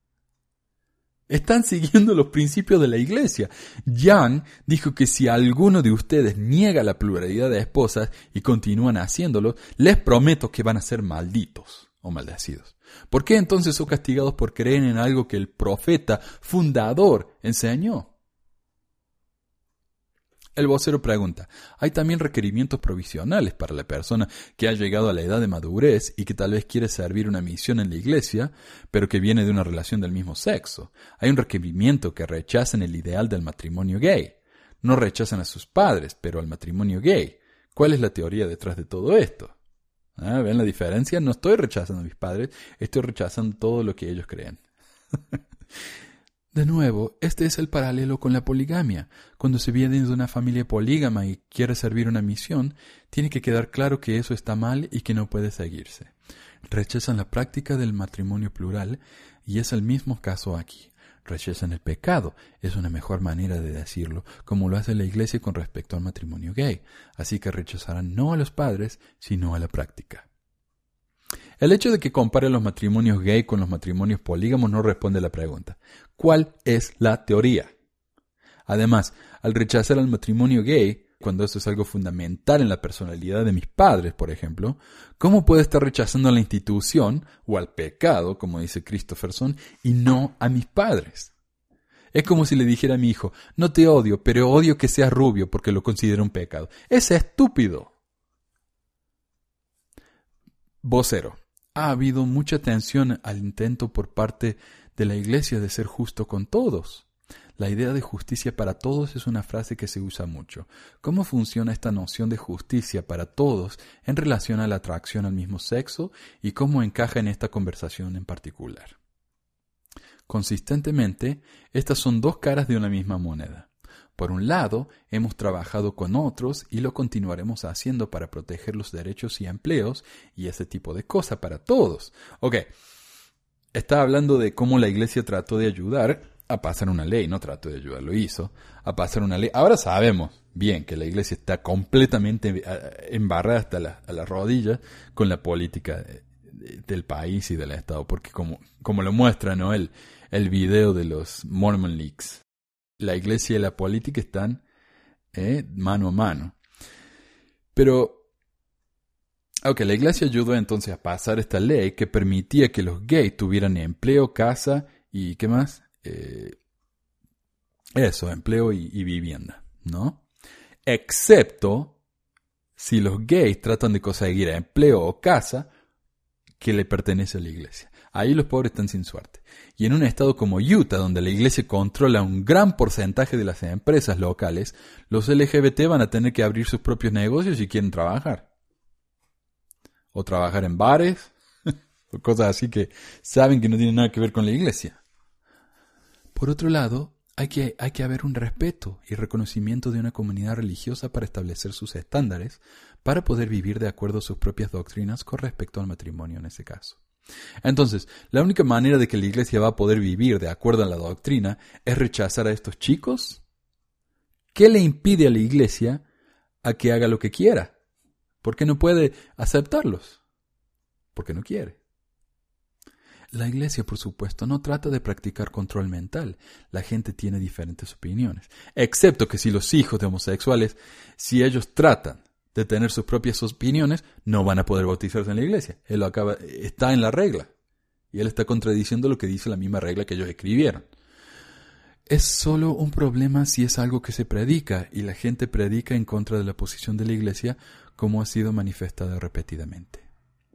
Están siguiendo los principios de la iglesia. Young dijo que si alguno de ustedes niega la pluralidad de esposas y continúan haciéndolo, les prometo que van a ser malditos o maldecidos. ¿Por qué entonces son castigados por creer en algo que el profeta fundador enseñó? El vocero pregunta, ¿hay también requerimientos provisionales para la persona que ha llegado a la edad de madurez y que tal vez quiere servir una misión en la iglesia, pero que viene de una relación del mismo sexo? Hay un requerimiento que rechazan el ideal del matrimonio gay. No rechazan a sus padres, pero al matrimonio gay. ¿Cuál es la teoría detrás de todo esto? ¿Ah, ¿Ven la diferencia? No estoy rechazando a mis padres, estoy rechazando todo lo que ellos creen. De nuevo, este es el paralelo con la poligamia. Cuando se viene de una familia polígama y quiere servir una misión, tiene que quedar claro que eso está mal y que no puede seguirse. Rechazan la práctica del matrimonio plural y es el mismo caso aquí. Rechazan el pecado, es una mejor manera de decirlo, como lo hace la Iglesia con respecto al matrimonio gay. Así que rechazarán no a los padres, sino a la práctica. El hecho de que compare los matrimonios gay con los matrimonios polígamos no responde a la pregunta. ¿Cuál es la teoría? Además, al rechazar al matrimonio gay, cuando esto es algo fundamental en la personalidad de mis padres, por ejemplo, ¿cómo puedo estar rechazando a la institución o al pecado, como dice Christopherson, y no a mis padres? Es como si le dijera a mi hijo, no te odio, pero odio que seas rubio porque lo considero un pecado. ¡Es estúpido! Vocero. Ha habido mucha atención al intento por parte de la Iglesia de ser justo con todos. La idea de justicia para todos es una frase que se usa mucho. ¿Cómo funciona esta noción de justicia para todos en relación a la atracción al mismo sexo y cómo encaja en esta conversación en particular? Consistentemente, estas son dos caras de una misma moneda. Por un lado, hemos trabajado con otros y lo continuaremos haciendo para proteger los derechos y empleos y ese tipo de cosas para todos. Ok, está hablando de cómo la Iglesia trató de ayudar a pasar una ley, no trató de ayudar, lo hizo, a pasar una ley. Ahora sabemos bien que la Iglesia está completamente embarrada hasta la, a las rodillas con la política de, de, del país y del Estado, porque como, como lo muestra, ¿no? el, el video de los Mormon Leaks. La Iglesia y la política están eh, mano a mano. Pero, ok, la Iglesia ayudó entonces a pasar esta ley que permitía que los gays tuvieran empleo, casa y, ¿qué más? Eh, eso, empleo y, y vivienda, ¿no? Excepto si los gays tratan de conseguir empleo o casa que le pertenece a la Iglesia. Ahí los pobres están sin suerte. Y en un estado como Utah, donde la Iglesia controla un gran porcentaje de las empresas locales, los L G B T van a tener que abrir sus propios negocios si quieren trabajar. O trabajar en bares, o cosas así que saben que no tienen nada que ver con la Iglesia. Por otro lado, hay que, hay que haber un respeto y reconocimiento de una comunidad religiosa para establecer sus estándares, para poder vivir de acuerdo a sus propias doctrinas con respecto al matrimonio en ese caso. Entonces, la única manera de que la Iglesia va a poder vivir de acuerdo a la doctrina es rechazar a estos chicos. ¿Qué le impide a la Iglesia a que haga lo que quiera? ¿Por qué no puede aceptarlos? Porque no quiere. La Iglesia, por supuesto, no trata de practicar control mental. La gente tiene diferentes opiniones. Excepto que si los hijos de homosexuales, si ellos tratan de tener sus propias opiniones, no van a poder bautizarse en la Iglesia. Él lo acaba, está en la regla. Y él está contradiciendo lo que dice la misma regla que ellos escribieron. Es solo un problema si es algo que se predica, y la gente predica en contra de la posición de la Iglesia, como ha sido manifestada repetidamente.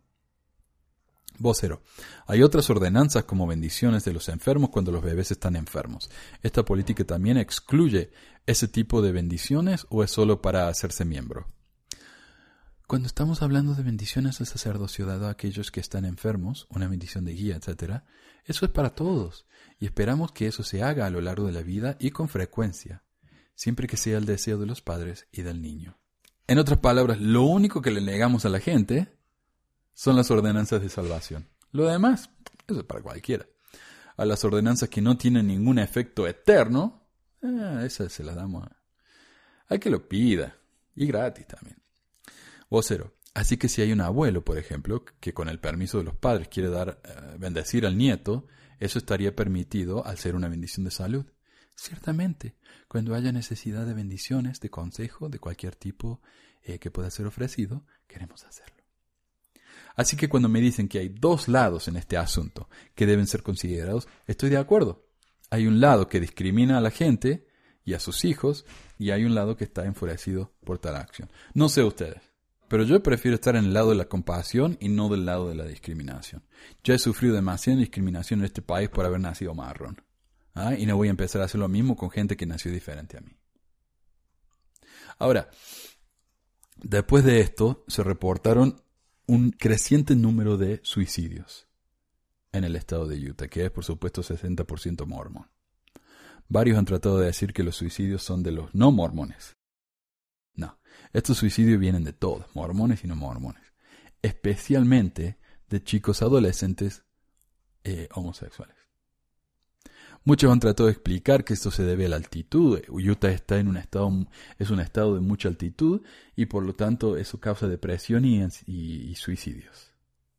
Vocero. Hay otras ordenanzas como bendiciones de los enfermos cuando los bebés están enfermos. ¿Esta política también excluye ese tipo de bendiciones o es solo para hacerse miembro? Cuando estamos hablando de bendiciones al sacerdocio dado a aquellos que están enfermos, una bendición de guía, etcétera, eso es para todos, y esperamos que eso se haga a lo largo de la vida y con frecuencia, siempre que sea el deseo de los padres y del niño. En otras palabras, lo único que le negamos a la gente son las ordenanzas de salvación. Lo demás, eso es para cualquiera. A las ordenanzas que no tienen ningún efecto eterno, eh, esas se las damos a... Hay que lo pida, y gratis también. Vocero. Así que si hay un abuelo, por ejemplo, que con el permiso de los padres quiere dar eh, bendecir al nieto, eso estaría permitido al ser una bendición de salud. Ciertamente, cuando haya necesidad de bendiciones, de consejo, de cualquier tipo eh, que pueda ser ofrecido, queremos hacerlo. Así que cuando me dicen que hay dos lados en este asunto que deben ser considerados, estoy de acuerdo. Hay un lado que discrimina a la gente y a sus hijos, y hay un lado que está enfurecido por tal acción. No sé ustedes, pero yo prefiero estar en el lado de la compasión y no del lado de la discriminación. Yo he sufrido demasiada discriminación en este país por haber nacido marrón. ¿Ah? Y no voy a empezar a hacer lo mismo con gente que nació diferente a mí. Ahora, después de esto, se reportaron un creciente número de suicidios en el estado de Utah, que es por supuesto sesenta por ciento mormón. Varios han tratado de decir que los suicidios son de los no mormones. No, estos suicidios vienen de todos, mormones y no mormones, especialmente de chicos adolescentes eh, homosexuales. Muchos han tratado de explicar que esto se debe a la altitud. Utah está en un estado, es un estado de mucha altitud y por lo tanto eso causa depresión y, y, y suicidios.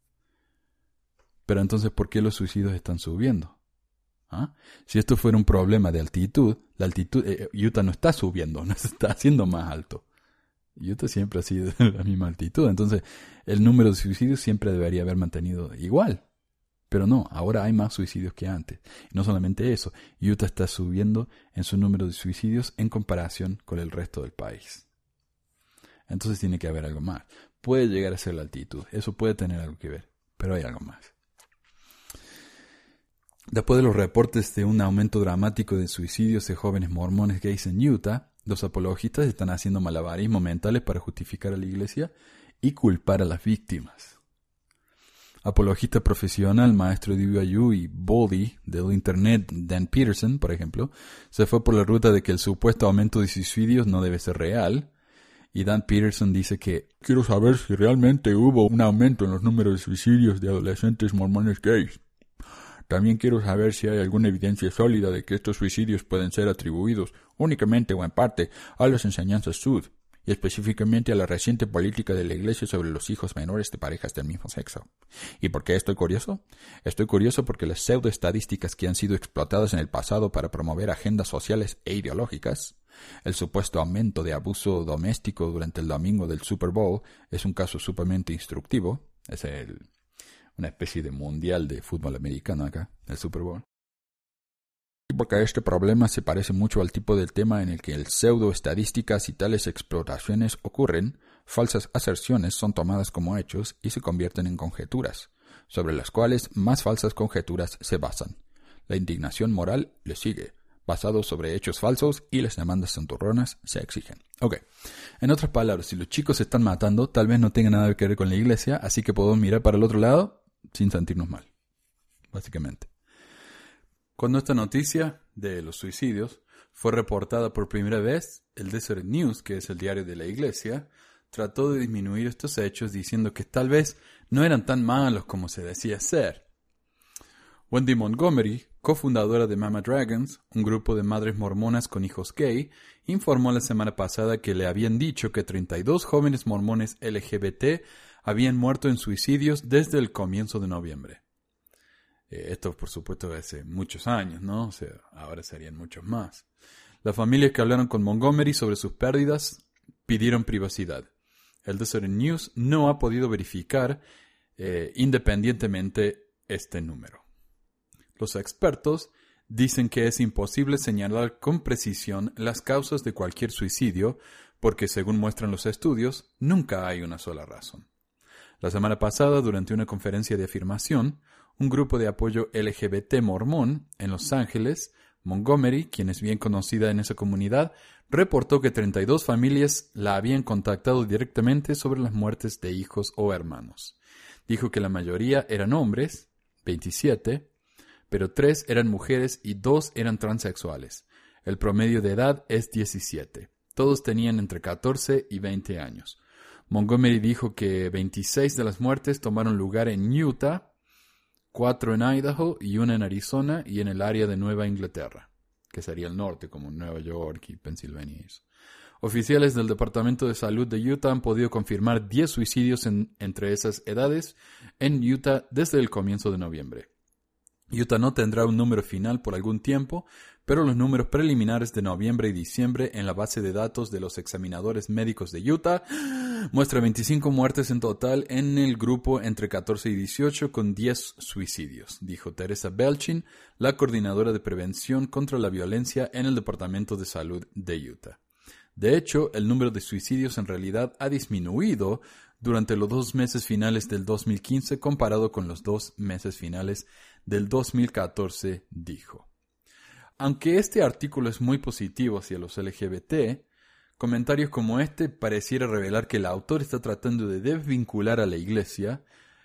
Pero entonces, ¿por qué los suicidios están subiendo? ¿Ah? Si esto fuera un problema de altitud, la altitud, eh, Utah no está subiendo, no se está haciendo más alto. Utah siempre ha sido de la misma altitud, entonces el número de suicidios siempre debería haber mantenido igual. Pero no, ahora hay más suicidios que antes. Y no solamente eso, Utah está subiendo en su número de suicidios en comparación con el resto del país. Entonces tiene que haber algo más. Puede llegar a ser la altitud, eso puede tener algo que ver, pero hay algo más. Después de los reportes de un aumento dramático de suicidios de jóvenes mormones gays en Utah, los apologistas están haciendo malabarismos mentales para justificar a la iglesia y culpar a las víctimas. Apologista profesional, maestro de B Y U y Baldy del Internet, Dan Peterson, por ejemplo, se fue por la ruta de que el supuesto aumento de suicidios no debe ser real. Y Dan Peterson dice que quiero saber si realmente hubo un aumento en los números de suicidios de adolescentes mormones gays. También quiero saber si hay alguna evidencia sólida de que estos suicidios pueden ser atribuidos únicamente o en parte a las enseñanzas Sud, y específicamente a la reciente política de la Iglesia sobre los hijos menores de parejas del mismo sexo. ¿Y por qué estoy curioso? Estoy curioso porque las pseudoestadísticas que han sido explotadas en el pasado para promover agendas sociales e ideológicas, el supuesto aumento de abuso doméstico durante el domingo del Super Bowl es un caso sumamente instructivo, es el... una especie de mundial de fútbol americano acá, el Super Bowl. Y porque este problema se parece mucho al tipo del tema en el que el pseudo-estadísticas y tales explotaciones ocurren, falsas aserciones son tomadas como hechos y se convierten en conjeturas, sobre las cuales más falsas conjeturas se basan. La indignación moral le sigue, basado sobre hechos falsos, y las demandas santurronas se exigen. Ok, en otras palabras, si los chicos se están matando, tal vez no tenga nada que ver con la iglesia, así que podemos mirar para el otro lado sin sentirnos mal, básicamente. Cuando esta noticia de los suicidios fue reportada por primera vez, el Deseret News, que es el diario de la iglesia, trató de disminuir estos hechos diciendo que tal vez no eran tan malos como se decía ser. Wendy Montgomery, cofundadora de Mama Dragons, un grupo de madres mormonas con hijos gay, informó la semana pasada que le habían dicho que treinta y dos jóvenes mormones L G B T habían muerto en suicidios desde el comienzo de noviembre. Eh, esto, por supuesto, hace muchos años, ¿no? O sea, ahora serían muchos más. Las familias que hablaron con Montgomery sobre sus pérdidas pidieron privacidad. El Deseret News no ha podido verificar eh, independientemente este número. Los expertos dicen que es imposible señalar con precisión las causas de cualquier suicidio porque, según muestran los estudios, nunca hay una sola razón. La semana pasada, durante una conferencia de afirmación, un grupo de apoyo L G B T mormón en Los Ángeles, Montgomery, quien es bien conocida en esa comunidad, reportó que treinta y dos familias la habían contactado directamente sobre las muertes de hijos o hermanos. Dijo que la mayoría eran hombres, veintisiete, pero tres eran mujeres y dos eran transexuales. El promedio de edad es diecisiete. Todos tenían entre catorce y veinte años. Montgomery dijo que veintiséis de las muertes tomaron lugar en Utah, cuatro en Idaho y una en Arizona y en el área de Nueva Inglaterra, que sería el norte, como Nueva York y Pensilvania. Oficiales del Departamento de Salud de Utah han podido confirmar diez suicidios en, entre esas edades en Utah desde el comienzo de noviembre. Utah no tendrá un número final por algún tiempo, pero los números preliminares de noviembre y diciembre en la base de datos de los examinadores médicos de Utah muestra veinticinco muertes en total en el grupo entre catorce y dieciocho, con diez suicidios, dijo Teresa Belchin, la coordinadora de prevención contra la violencia en el Departamento de Salud de Utah. De hecho, el número de suicidios en realidad ha disminuido durante los dos meses finales del dos mil quince comparado con los dos meses finales del dos mil catorce, dijo. Aunque este artículo es muy positivo hacia los L G B T, comentarios como este pareciera revelar que el autor está tratando de desvincular a la Iglesia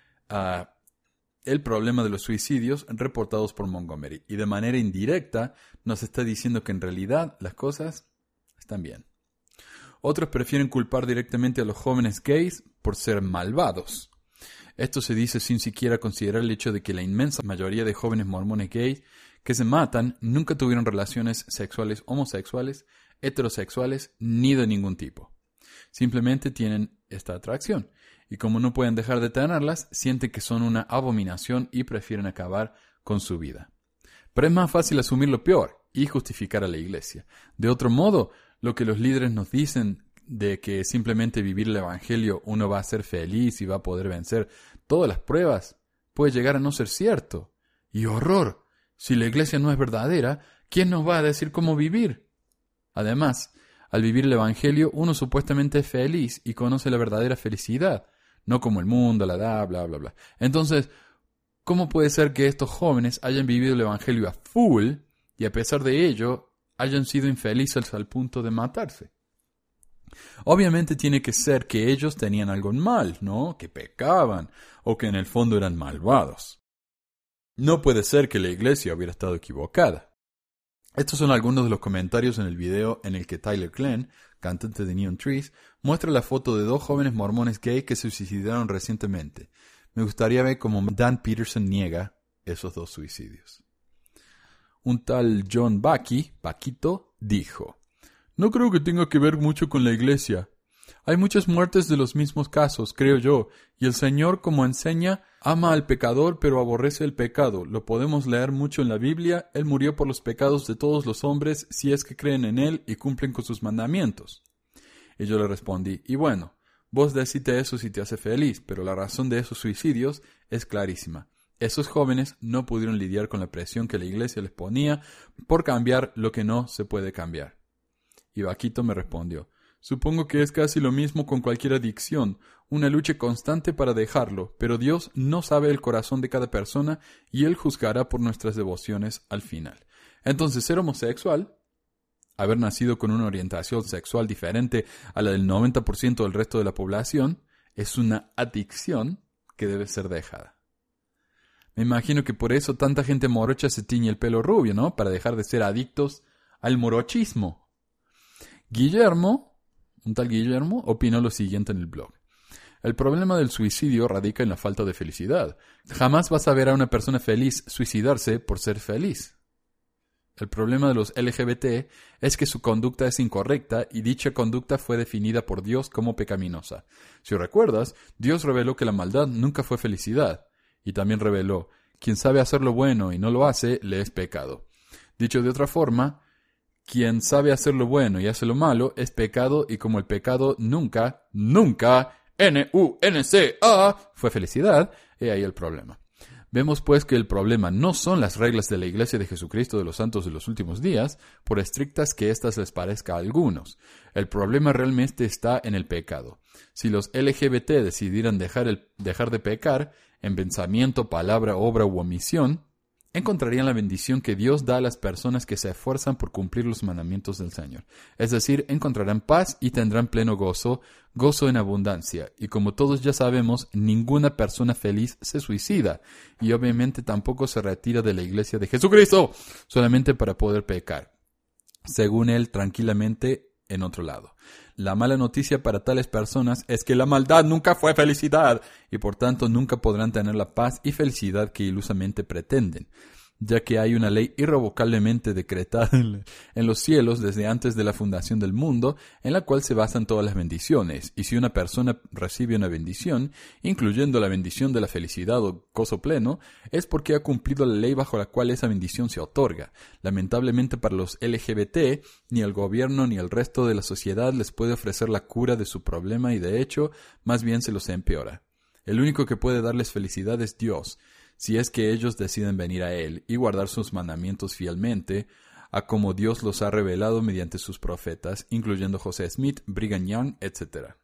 a el problema de los suicidios reportados por Montgomery, y de manera indirecta nos está diciendo que en realidad las cosas están bien. Otros prefieren culpar directamente a los jóvenes gays por ser malvados. Esto se dice sin siquiera considerar el hecho de que la inmensa mayoría de jóvenes mormones gays que se matan nunca tuvieron relaciones sexuales homosexuales, heterosexuales, ni de ningún tipo. Simplemente tienen esta atracción, y como no pueden dejar de tenerlas, sienten que son una abominación y prefieren acabar con su vida. Pero es más fácil asumir lo peor y justificar a la Iglesia. De otro modo, lo que los líderes nos dicen de que simplemente vivir el Evangelio uno va a ser feliz y va a poder vencer todas las pruebas, puede llegar a no ser cierto. ¡Y horror! Si la Iglesia no es verdadera, ¿quién nos va a decir cómo vivir? Además, al vivir el Evangelio, uno supuestamente es feliz y conoce la verdadera felicidad, no como el mundo, la edad, bla, bla, bla. Entonces, ¿cómo puede ser que estos jóvenes hayan vivido el Evangelio a full y a pesar de ello hayan sido infelices al punto de matarse? Obviamente tiene que ser que ellos tenían algo mal, ¿no? Que pecaban o que en el fondo eran malvados. No puede ser que la Iglesia hubiera estado equivocada. Estos son algunos de los comentarios en el video en el que Tyler Glenn, cantante de Neon Trees, muestra la foto de dos jóvenes mormones gay que se suicidaron recientemente. Me gustaría ver cómo Dan Peterson niega esos dos suicidios. Un tal John Bucky, Paquito, dijo: no creo que tenga que ver mucho con la Iglesia. Hay muchas muertes de los mismos casos, creo yo, y el Señor, como enseña, ama al pecador pero aborrece el pecado. Lo podemos leer mucho en la Biblia. Él murió por los pecados de todos los hombres si es que creen en Él y cumplen con sus mandamientos. Y yo le respondí: y bueno, vos decite eso si te hace feliz, pero la razón de esos suicidios es clarísima. Esos jóvenes no pudieron lidiar con la presión que la Iglesia les ponía por cambiar lo que no se puede cambiar. Y Vaquito me respondió: supongo que es casi lo mismo con cualquier adicción, una lucha constante para dejarlo, pero Dios no sabe el corazón de cada persona y Él juzgará por nuestras devociones al final. Entonces, ser homosexual, haber nacido con una orientación sexual diferente a la del noventa por ciento del resto de la población, es una adicción que debe ser dejada. Me imagino que por eso tanta gente morocha se tiñe el pelo rubio, ¿no? Para dejar de ser adictos al morochismo. Guillermo, un tal Guillermo, opinó lo siguiente en el blog: el problema del suicidio radica en la falta de felicidad. Jamás vas a ver a una persona feliz suicidarse por ser feliz. El problema de los L G B T es que su conducta es incorrecta y dicha conducta fue definida por Dios como pecaminosa. Si recuerdas, Dios reveló que la maldad nunca fue felicidad. Y también reveló: quien sabe hacer lo bueno y no lo hace, le es pecado. Dicho de otra forma, quien sabe hacer lo bueno y hace lo malo es pecado, y como el pecado nunca, nunca, N U N C A, fue felicidad, he ahí el problema. Vemos pues que el problema no son las reglas de la Iglesia de Jesucristo de los Santos de los Últimos Días, por estrictas que éstas les parezca a algunos. El problema realmente está en el pecado. Si los L G B T decidieran dejar, el, dejar de pecar en pensamiento, palabra, obra u omisión, encontrarían la bendición que Dios da a las personas que se esfuerzan por cumplir los mandamientos del Señor. Es decir, encontrarán paz y tendrán pleno gozo, gozo en abundancia. Y como todos ya sabemos, ninguna persona feliz se suicida. Y obviamente tampoco se retira de la Iglesia de Jesucristo, solamente para poder pecar, según él, tranquilamente en otro lado. La mala noticia para tales personas es que la maldad nunca fue felicidad y por tanto nunca podrán tener la paz y felicidad que ilusamente pretenden. ya que hay una ley irrevocablemente decretada en los cielos desde antes de la fundación del mundo, en la cual se basan todas las bendiciones. Y si una persona recibe una bendición, incluyendo la bendición de la felicidad o gozo pleno, es porque ha cumplido la ley bajo la cual esa bendición se otorga. Lamentablemente para los L G B T, ni el gobierno ni el resto de la sociedad les puede ofrecer la cura de su problema y de hecho, más bien se los empeora. El único que puede darles felicidad es Dios, si es que ellos deciden venir a Él y guardar sus mandamientos fielmente, a como Dios los ha revelado mediante sus profetas, incluyendo José Smith, Brigham Young, etcétera.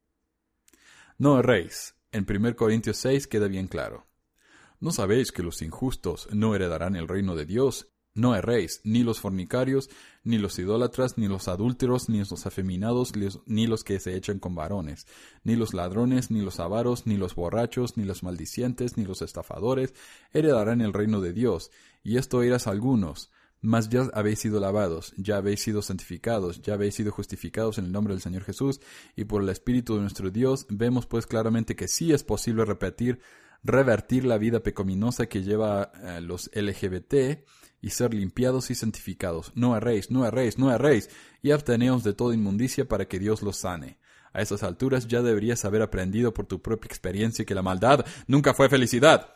No erréis. En primera Corintios seis queda bien claro. ¿No sabéis que los injustos no heredarán el reino de Dios? No erréis, ni los fornicarios, ni los idólatras, ni los adúlteros, ni los afeminados, ni los que se echan con varones, ni los ladrones, ni los avaros, ni los borrachos, ni los maldicientes, ni los estafadores, heredarán el reino de Dios. Y esto eras algunos, mas ya habéis sido lavados, ya habéis sido santificados, ya habéis sido justificados en el nombre del Señor Jesús, y por el Espíritu de nuestro Dios, vemos pues claramente que sí es posible repetir, revertir la vida pecaminosa que lleva a los L G B T, y ser limpiados y santificados. No erréis, no erréis, no erréis, y absteneos de toda inmundicia para que Dios los sane. A esas alturas ya deberías haber aprendido por tu propia experiencia que la maldad nunca fue felicidad.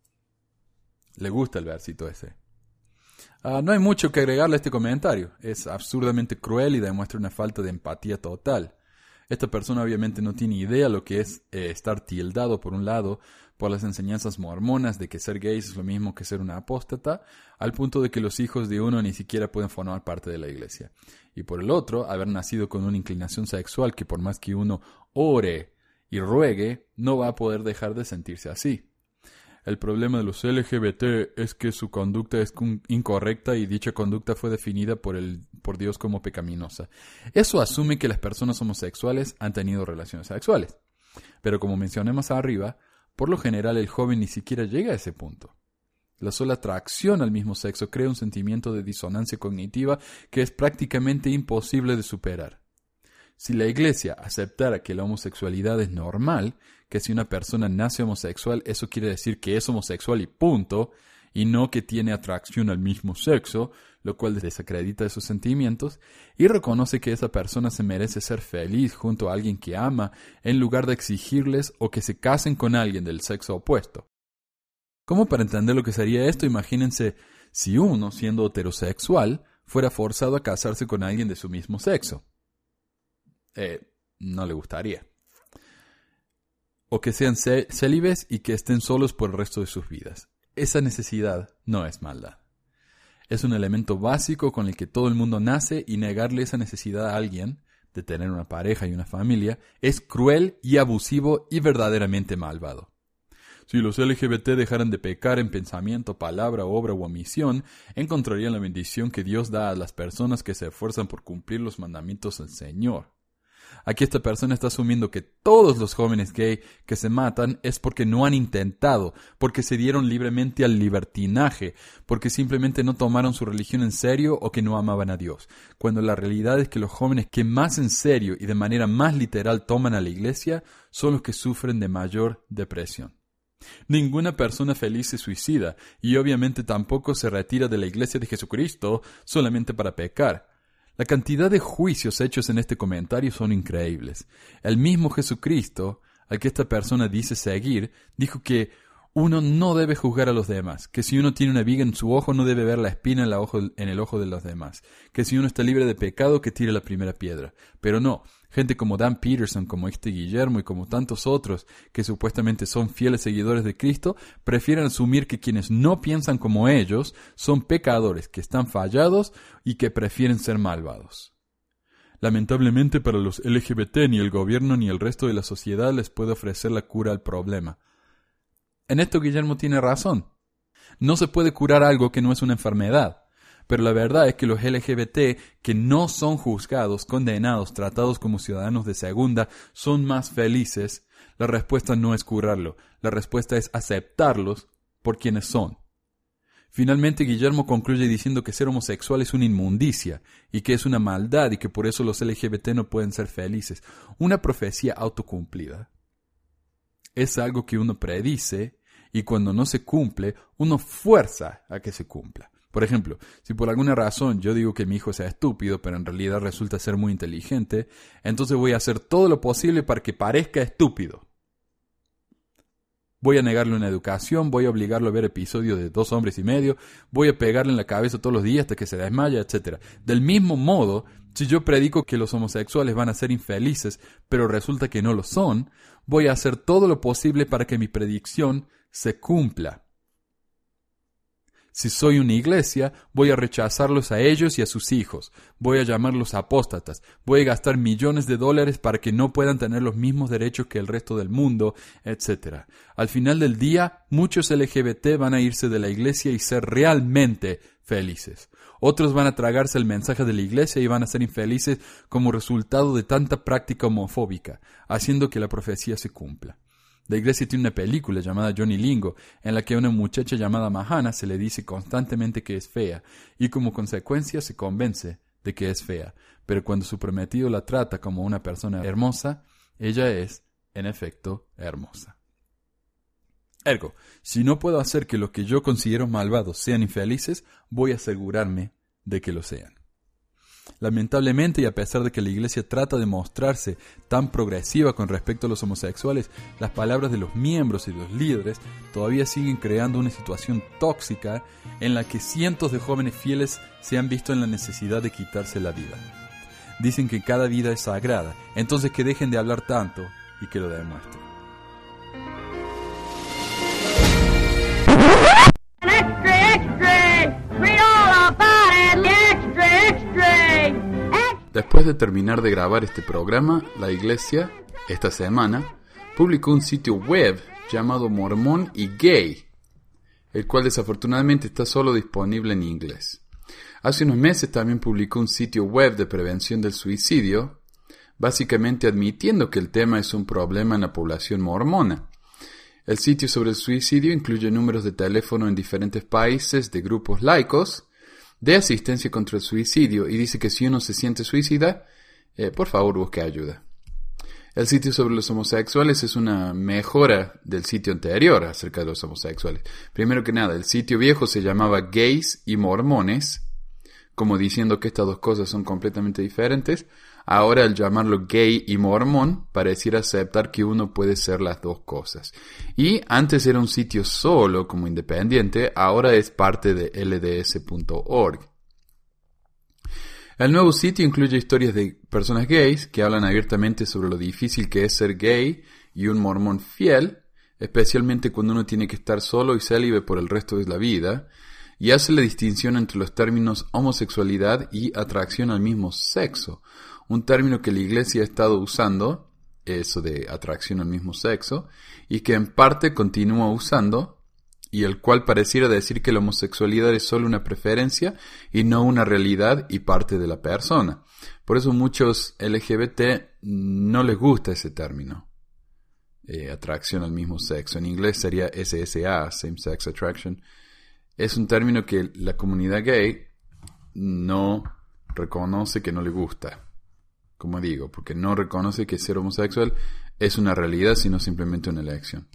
Le gusta el versito ese. Uh, no hay mucho que agregarle a este comentario. Es absurdamente cruel y demuestra una falta de empatía total. Esta persona obviamente no tiene idea lo que es eh, estar tildado por un lado por las enseñanzas mormonas de que ser gay es lo mismo que ser una apóstata, al punto de que los hijos de uno ni siquiera pueden formar parte de la iglesia. Y por el otro, haber nacido con una inclinación sexual que por más que uno ore y ruegue, no va a poder dejar de sentirse así. El problema de los L G B T es que su conducta es incorrecta y dicha conducta fue definida por, el, por Dios como pecaminosa. Eso asume que las personas homosexuales han tenido relaciones sexuales. Pero como mencioné más arriba, por lo general el joven ni siquiera llega a ese punto. La sola atracción al mismo sexo crea un sentimiento de disonancia cognitiva que es prácticamente imposible de superar. Si la Iglesia aceptara que la homosexualidad es normal, que si una persona nace homosexual, eso quiere decir que es homosexual y punto, y no que tiene atracción al mismo sexo, lo cual desacredita esos sentimientos, y reconoce que esa persona se merece ser feliz junto a alguien que ama, en lugar de exigirles o que se casen con alguien del sexo opuesto. ¿Cómo para entender lo que sería esto? Imagínense si uno, siendo heterosexual, fuera forzado a casarse con alguien de su mismo sexo. Eh, no le gustaría. O que sean célibes y que estén solos por el resto de sus vidas. Esa necesidad no es maldad. Es un elemento básico con el que todo el mundo nace y negarle esa necesidad a alguien, de tener una pareja y una familia, es cruel y abusivo y verdaderamente malvado. Si los L G B T dejaran de pecar en pensamiento, palabra, obra u omisión, encontrarían la bendición que Dios da a las personas que se esfuerzan por cumplir los mandamientos del Señor. Aquí esta persona está asumiendo que todos los jóvenes gay que se matan es porque no han intentado, porque se dieron libremente al libertinaje, porque simplemente no tomaron su religión en serio o que no amaban a Dios, cuando la realidad es que los jóvenes que más en serio y de manera más literal toman a la iglesia son los que sufren de mayor depresión. Ninguna persona feliz se suicida y obviamente tampoco se retira de la iglesia de Jesucristo solamente para pecar. La cantidad de juicios hechos en este comentario son increíbles. El mismo Jesucristo, al que esta persona dice seguir, dijo que uno no debe juzgar a los demás, que si uno tiene una viga en su ojo no debe ver la espina en, la ojo, en el ojo de los demás, que si uno está libre de pecado que tire la primera piedra. Pero no, gente como Dan Peterson, como este Guillermo y como tantos otros que supuestamente son fieles seguidores de Cristo, prefieren asumir que quienes no piensan como ellos son pecadores, que están fallados y que prefieren ser malvados. Lamentablemente para los L G B T ni el gobierno ni el resto de la sociedad les puede ofrecer la cura al problema. En esto Guillermo tiene razón. No se puede curar algo que no es una enfermedad. Pero la verdad es que los L G B T que no son juzgados, condenados, tratados como ciudadanos de segunda, son más felices. La respuesta no es curarlo. La respuesta es aceptarlos por quienes son. Finalmente Guillermo concluye diciendo que ser homosexual es una inmundicia y que es una maldad y que por eso los L G B T no pueden ser felices. Una profecía autocumplida. Es algo que uno predice y cuando no se cumple, uno fuerza a que se cumpla. Por ejemplo, si por alguna razón yo digo que mi hijo sea estúpido, pero en realidad resulta ser muy inteligente, entonces voy a hacer todo lo posible para que parezca estúpido. Voy a negarle una educación, voy a obligarlo a ver episodios de Dos hombres y medio, voy a pegarle en la cabeza todos los días hasta que se desmaya, etcétera. Del mismo modo, si yo predico que los homosexuales van a ser infelices, pero resulta que no lo son, voy a hacer todo lo posible para que mi predicción se cumpla. Si soy una iglesia, voy a rechazarlos a ellos y a sus hijos. Voy a llamarlos apóstatas. Voy a gastar millones de dólares para que no puedan tener los mismos derechos que el resto del mundo, etcétera. Al final del día, muchos L G B T van a irse de la iglesia y ser realmente felices. Otros van a tragarse el mensaje de la iglesia y van a ser infelices como resultado de tanta práctica homofóbica, haciendo que la profecía se cumpla. La iglesia tiene una película llamada Johnny Lingo, en la que a una muchacha llamada Mahana se le dice constantemente que es fea, y como consecuencia se convence de que es fea, pero cuando su prometido la trata como una persona hermosa, ella es, en efecto, hermosa. Ergo, si no puedo hacer que los que yo considero malvados sean infelices, voy a asegurarme de que lo sean. Lamentablemente, y a pesar de que la iglesia trata de mostrarse tan progresiva con respecto a los homosexuales, las palabras de los miembros y los líderes todavía siguen creando una situación tóxica en la que cientos de jóvenes fieles se han visto en la necesidad de quitarse la vida. Dicen que cada vida es sagrada, entonces que dejen de hablar tanto y que lo demuestren. Extra, extra! Read all about it! Extra, extra! Después de terminar de grabar este programa, la iglesia, esta semana, publicó un sitio web llamado Mormón y Gay, el cual desafortunadamente está solo disponible en inglés. Hace unos meses también publicó un sitio web de prevención del suicidio, básicamente admitiendo que el tema es un problema en la población mormona. El sitio sobre el suicidio incluye números de teléfono en diferentes países de grupos laicos de asistencia contra el suicidio y dice que si uno se siente suicida, eh, por favor busque ayuda. El sitio sobre los homosexuales es una mejora del sitio anterior acerca de los homosexuales. Primero que nada, el sitio viejo se llamaba Gays y Mormones, como diciendo que estas dos cosas son completamente diferentes. Ahora, al llamarlo gay y mormón, pareciera aceptar que uno puede ser las dos cosas. Y antes era un sitio solo, como independiente, ahora es parte de L D S punto org. El nuevo sitio incluye historias de personas gays que hablan abiertamente sobre lo difícil que es ser gay y un mormón fiel, especialmente cuando uno tiene que estar solo y célibe por el resto de la vida, y hace la distinción entre los términos homosexualidad y atracción al mismo sexo, un término que la iglesia ha estado usando, eso de atracción al mismo sexo, y que en parte continúa usando, y el cual pareciera decir que la homosexualidad es solo una preferencia y no una realidad y parte de la persona. Por eso muchos L G B T no les gusta ese término, eh, atracción al mismo sexo. En inglés sería S S A, Same Sex Attraction. Es un término que la comunidad gay no reconoce, que no le gusta. Como digo, porque no reconoce que ser homosexual es una realidad, sino simplemente una elección.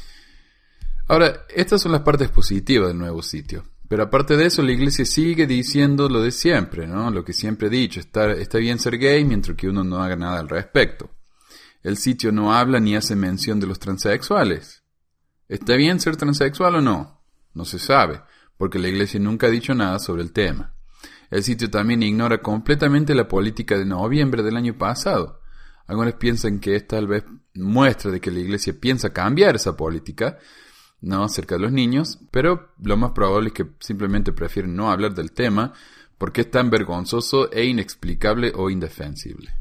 Ahora, estas son las partes positivas del nuevo sitio. Pero aparte de eso, la iglesia sigue diciendo lo de siempre, ¿no? Lo que siempre he dicho, está, está bien ser gay mientras que uno no haga nada al respecto. El sitio no habla ni hace mención de los transexuales. ¿Está bien ser transexual o no? No se sabe, porque la iglesia nunca ha dicho nada sobre el tema. El sitio también ignora completamente la política de noviembre del año pasado. Algunos piensan que es tal vez muestra de que la iglesia piensa cambiar esa política, no acerca de los niños, pero lo más probable es que simplemente prefieren no hablar del tema porque es tan vergonzoso e inexplicable o indefensible.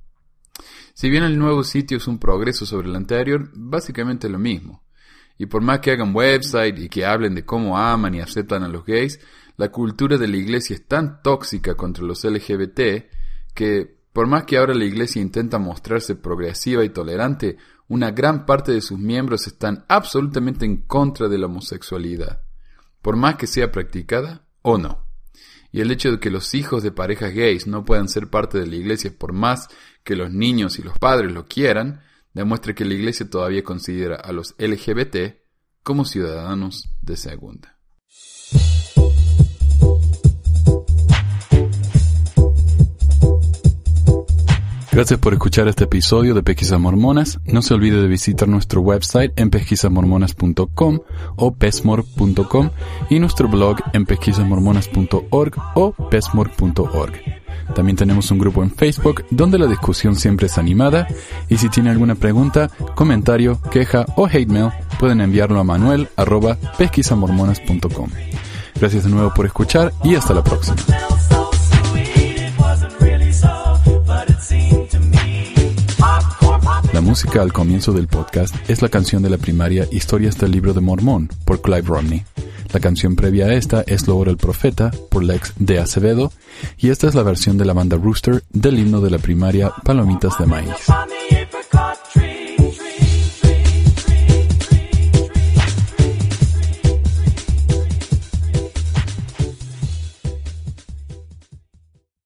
Si bien el nuevo sitio es un progreso sobre el anterior, básicamente es lo mismo. Y por más que hagan website y que hablen de cómo aman y aceptan a los gays, la cultura de la iglesia es tan tóxica contra los L G B T que, por más que ahora la iglesia intenta mostrarse progresiva y tolerante, una gran parte de sus miembros están absolutamente en contra de la homosexualidad, por más que sea practicada o no. Y el hecho de que los hijos de parejas gays no puedan ser parte de la iglesia por más que los niños y los padres lo quieran, demuestra que la iglesia todavía considera a los L G B T como ciudadanos de segunda. Gracias por escuchar este episodio de Pesquisas Mormonas. No se olvide de visitar nuestro website en pesquisas mormonas punto com o pesmor punto com y nuestro blog en pesquisas mormonas punto org o pesmor punto org. También tenemos un grupo en Facebook donde la discusión siempre es animada y si tiene alguna pregunta, comentario, queja o hate mail pueden enviarlo a manuel arroba pesquisamormonas punto com. Gracias de nuevo por escuchar y hasta la próxima. La música al comienzo del podcast es la canción de la primaria Historias del Libro de Mormón por Clive Romney. La canción previa a esta es Lo ora el profeta por Lex de Acevedo y esta es la versión de la banda Rooster del himno de la primaria Palomitas de Maíz.